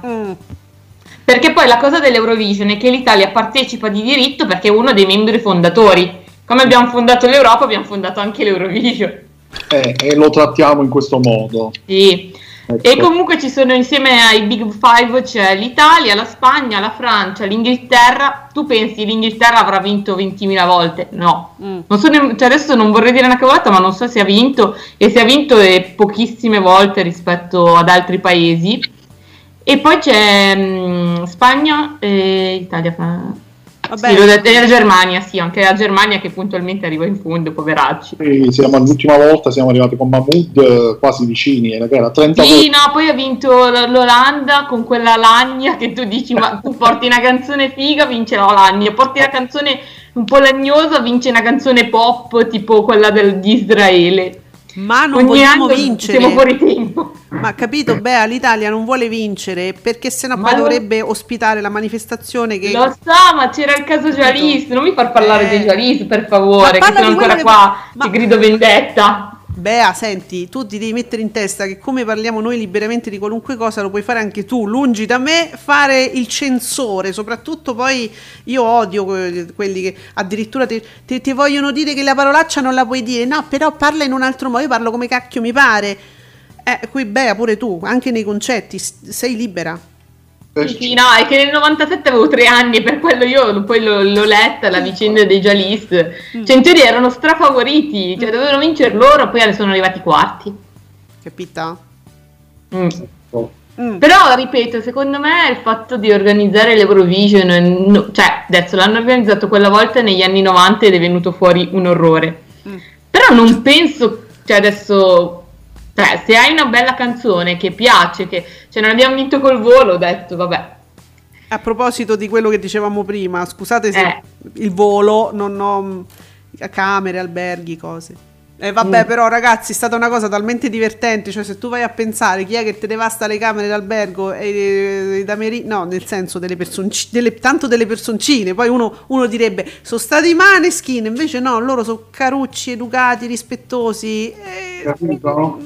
Perché poi la cosa dell'Eurovision è che l'Italia partecipa di diritto perché è uno dei membri fondatori. Come abbiamo fondato l'Europa, abbiamo fondato anche l'Eurovision. E lo trattiamo in questo modo. Sì. Ecco. E comunque ci sono, insieme ai Big Five, c'è l'Italia, la Spagna, la Francia, l'Inghilterra. Tu pensi l'Inghilterra avrà vinto 20.000 volte? No. Non so adesso non vorrei dire una cavolata, ma non so se ha vinto. E se ha vinto è pochissime volte rispetto ad altri paesi. E poi c'è Spagna e Italia. Vabbè, sì, l'ho detto, e la Germania, sì, anche la Germania che puntualmente arriva in fondo, poveracci. Sì, l'ultima volta siamo arrivati con Mahmood quasi vicini, era 30 Sì, no, poi ha vinto l'Olanda con quella lagna che tu dici, ma tu porti una canzone figa, vince la lagna, porti una canzone un po' lagnosa, vince una canzone pop tipo quella di Israele. Ma non vogliamo vincere. Siamo fuori tempo. Ma capito, Bea, l'Italia non vuole vincere perché sennò poi dovrebbe ospitare la manifestazione che... Lo so, ma c'era il caso Jalis, non mi far parlare dei Jalis per favore, che sono ancora qua, ti grido vendetta. Bea, senti, tu ti devi mettere in testa che come parliamo noi liberamente di qualunque cosa lo puoi fare anche tu, lungi da me fare il censore, soprattutto poi io odio quelli che addirittura ti vogliono dire che la parolaccia non la puoi dire, no, però parla in un altro modo, io parlo come cacchio mi pare. Qui Bea pure tu, anche nei concetti, sei libera. Sì, no, è che nel 97 avevo 3 anni, per quello io poi l'ho letta, la vicenda dei Jalis. Cioè in teoria erano strafavoriti, cioè dovevano vincere loro, poi sono arrivati quarti. Capita? Però ripeto, secondo me il fatto di organizzare l'Eurovision, cioè adesso l'hanno organizzato quella volta negli anni 90 ed è venuto fuori un orrore. Però non penso, cioè adesso, cioè, se hai una bella canzone che piace, che cioè non abbiamo vinto col volo, ho detto vabbè. A proposito di quello che dicevamo prima, scusate se il volo, non ho camere, alberghi, cose. Vabbè, però ragazzi, è stata una cosa talmente divertente, cioè se tu vai a pensare chi è che te devasta le camere d'albergo e no, nel senso delle personcine, tanto delle personcine, poi uno direbbe sono stati i Maneskin, invece no, loro sono carucci, educati, rispettosi. Capito?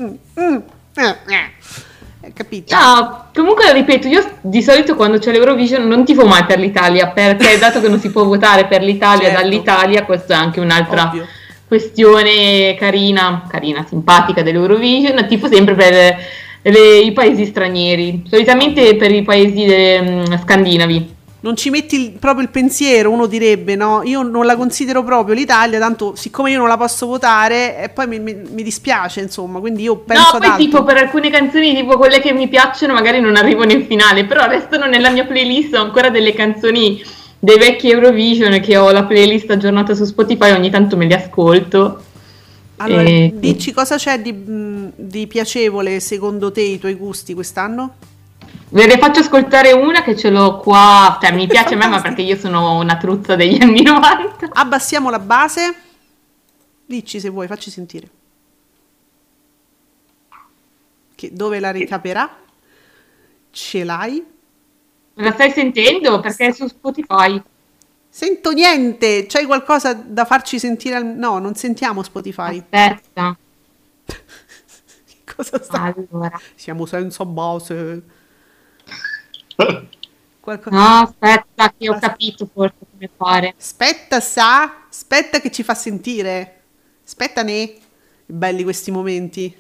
Capito? No, comunque ripeto, io di solito quando c'è l'Eurovision non tifo mai per l'Italia, perché dato che non si può votare per l'Italia dall'Italia, questa è anche un'altra questione carina, simpatica dell'Eurovision. Tifo sempre per i paesi stranieri, solitamente per i paesi scandinavi. Non ci metti proprio il pensiero, uno direbbe, no? Io non la considero proprio l'Italia, tanto siccome io non la posso votare e poi mi dispiace, insomma, quindi io penso ad altro. Tipo per alcune canzoni, tipo quelle che mi piacciono, magari non arrivano in finale, però restano nella mia playlist. Ho ancora delle canzoni dei vecchi Eurovision che ho la playlist aggiornata su Spotify, ogni tanto me li ascolto. Allora, dici cosa c'è di piacevole secondo te, i tuoi gusti quest'anno? Ve ne faccio ascoltare una che ce l'ho qua, cioè mi piace a me, ma perché io sono una truzza degli anni 90. Abbassiamo la base, dici se vuoi, facci sentire. Dove la ricaperà? Ce l'hai? La stai sentendo? Perché è su Spotify. Sento niente, c'hai qualcosa da farci sentire? No, non sentiamo Spotify. Aspetta. Cosa sta? Allora. Siamo senza base. No, aspetta che ho capito forse come fare. Aspetta che ci fa sentire. Aspettane. Belli questi momenti.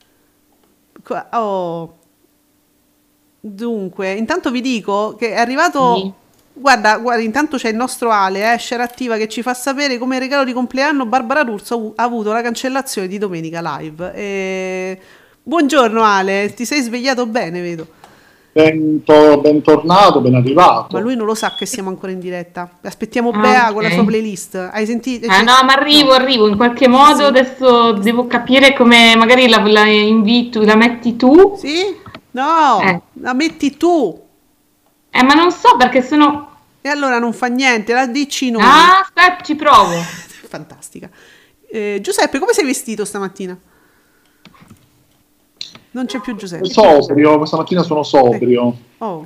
Dunque, intanto vi dico che è arrivato. Sì. Guarda, intanto c'è il nostro Ale, Share Attiva, che ci fa sapere come regalo di compleanno Barbara D'Urso ha avuto la cancellazione di Domenica Live. Buongiorno Ale, ti sei svegliato bene, vedo. Bentornato, ben arrivato. Ma lui non lo sa che siamo ancora in diretta. Aspettiamo Bea con la sua playlist. Hai sentito? No, ma arrivo in qualche modo. Sì. Adesso devo capire come magari la invito, la metti tu? Sì? No, la metti tu. Ma non so perché sono. E allora non fa niente, la dici noi. Aspetta, ci provo. Fantastica. Giuseppe, come sei vestito stamattina? Non c'è più Giuseppe. Sobrio, questa mattina sono sobrio.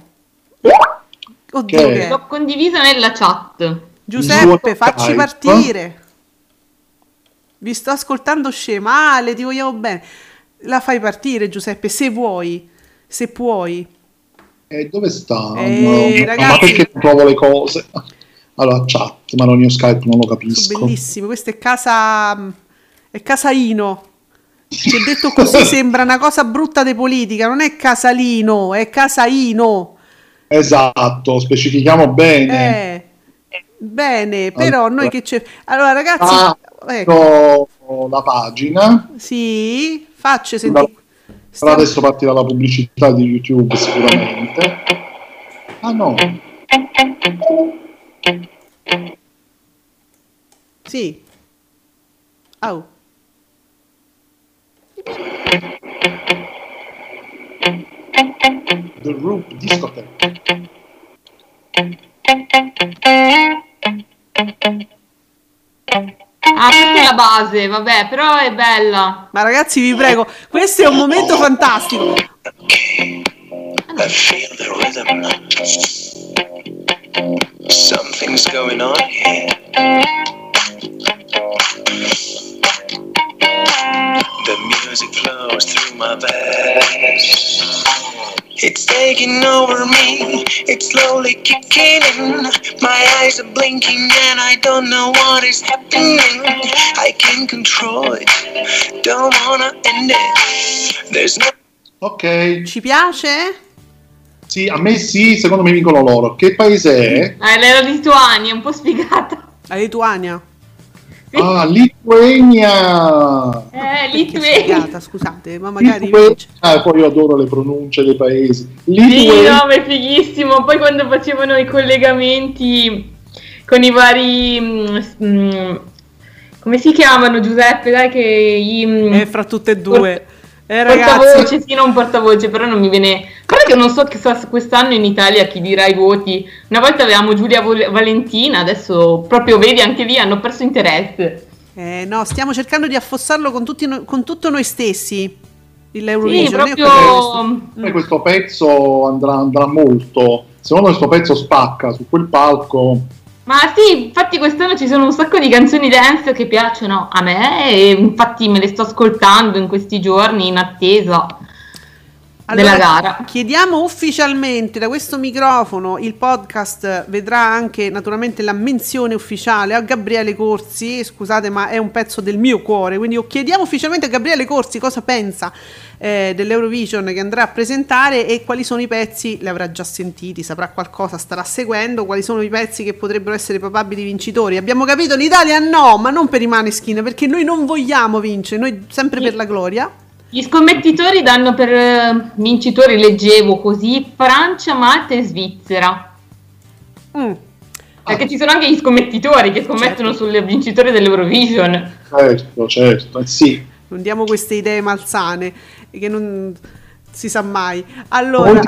Oddio, che l'ho condiviso nella chat. Giuseppe, facci partire. Vi sto ascoltando scemale, ti vogliamo bene. La fai partire, Giuseppe, se vuoi, se puoi. Dove sta? Ragazzi, ma perché trovo le cose? Allora, chat, ma non io Skype non lo capisco. Bellissimo, questo è Casaino. Ti ho detto così sembra una cosa brutta di politica, non è Casalino, è Casaino. Esatto, specifichiamo bene. Bene, però allora, noi che c'è. Allora ragazzi, ecco la pagina. Sì, faccio sentire. Però adesso partirà la pubblicità di YouTube sicuramente. Ah no. Sì. Oh. The Roop Discotheque. Questa è la base, vabbè, però è bella. Ma ragazzi, vi prego, questo è un momento fantastico. I feel the rhythm. Something's going on here. The music flows through my veins. It's taking over me, it's slowly kicking in. My eyes are blinking and I don't know what is happening. I I can control it. Don't wanna end it. There's no. Ok. Ci piace? Sì, a me sì, secondo me vincono loro. Che paese è? La Lituania, un po' sfigata. La Lituania. Ah, Lituania! Lituania. Scusate, ma magari Lituania. Poi io adoro le pronunce dei paesi. Sì, no, ma è fighissimo. Poi quando facevano i collegamenti con i vari come si chiamano, Giuseppe? Dai che fra tutte e due. Portavoce, sì, non portavoce, però non mi viene. Guarda che non so che quest'anno in Italia chi dirà i voti. Una volta avevamo Giulia Valentina, adesso proprio vedi anche lì hanno perso interesse. No, stiamo cercando di affossarlo con tutto noi stessi. L'Eurovision. Sì, proprio. Questo pezzo andrà molto. Secondo me questo pezzo spacca su quel palco. Ma sì, infatti quest'anno ci sono un sacco di canzoni dance che piacciono a me e infatti me le sto ascoltando in questi giorni in attesa della gara. Chiediamo ufficialmente da questo microfono, il podcast vedrà anche naturalmente la menzione ufficiale a Gabriele Corsi, scusate ma è un pezzo del mio cuore, quindi chiediamo ufficialmente a Gabriele Corsi cosa pensa dell'Eurovision che andrà a presentare e quali sono i pezzi, li avrà già sentiti, saprà qualcosa, starà seguendo, quali sono i pezzi che potrebbero essere probabili vincitori. Abbiamo capito, l'Italia no, ma non per i Maneskin, perché noi non vogliamo vincere, noi sempre per la gloria. Gli scommettitori danno per vincitori, leggevo così, Francia, Malta e Svizzera. Perché ci sono anche gli scommettitori che scommettono sul vincitore dell'Eurovision. Certo, sì. Non diamo queste idee malsane che non si sa mai. Allora,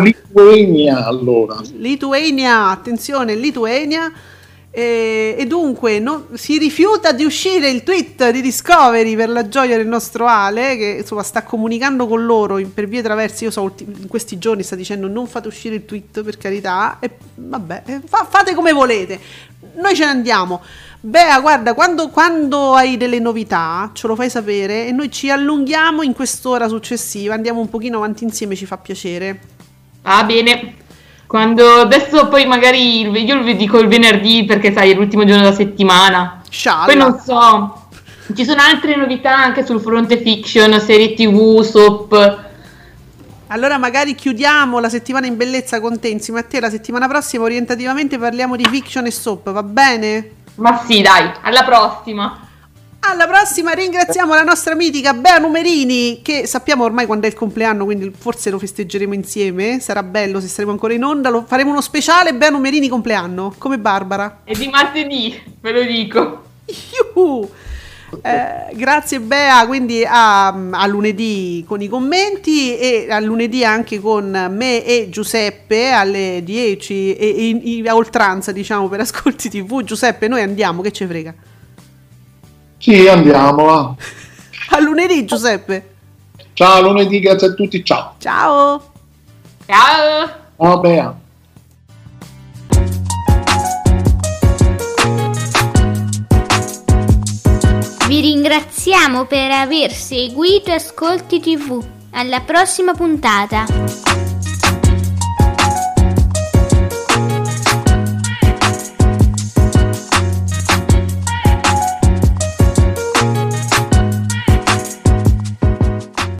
Lituania, attenzione, Lituania. E dunque si rifiuta di uscire il tweet di Discovery per la gioia del nostro Ale, che insomma sta comunicando con loro per vie traverse. Io so in questi giorni sta dicendo non fate uscire il tweet, per carità, e vabbè, fate come volete, noi ce ne andiamo. Bea, guarda, quando hai delle novità ce lo fai sapere e noi ci allunghiamo in quest'ora successiva, andiamo un pochino avanti insieme, ci fa piacere. Ah, bene. Quando adesso poi magari io vi dico il venerdì perché sai è l'ultimo giorno della settimana. Scialla. Poi non so, ci sono altre novità anche sul fronte fiction, serie TV, soap. Allora magari chiudiamo la settimana in bellezza con te insieme a te, la settimana prossima orientativamente parliamo di fiction e soap, va bene? Ma sì, dai, alla prossima. Alla prossima, ringraziamo la nostra mitica Bea Numerini, che sappiamo ormai quando è il compleanno, quindi forse lo festeggeremo insieme, sarà bello se saremo ancora in onda, faremo uno speciale Bea Numerini compleanno, come Barbara. È di martedì, ve lo dico. Grazie Bea, quindi a lunedì con i commenti e a lunedì anche con me e Giuseppe alle 10 e a oltranza, diciamo, per Ascolti TV. Giuseppe, noi andiamo, che ci frega? Sì, andiamo. A lunedì, Giuseppe. Ciao, lunedì, grazie a tutti, ciao. Ciao. Ciao. Ciao, Bea. Vi ringraziamo per aver seguito Ascolti TV. Alla prossima puntata.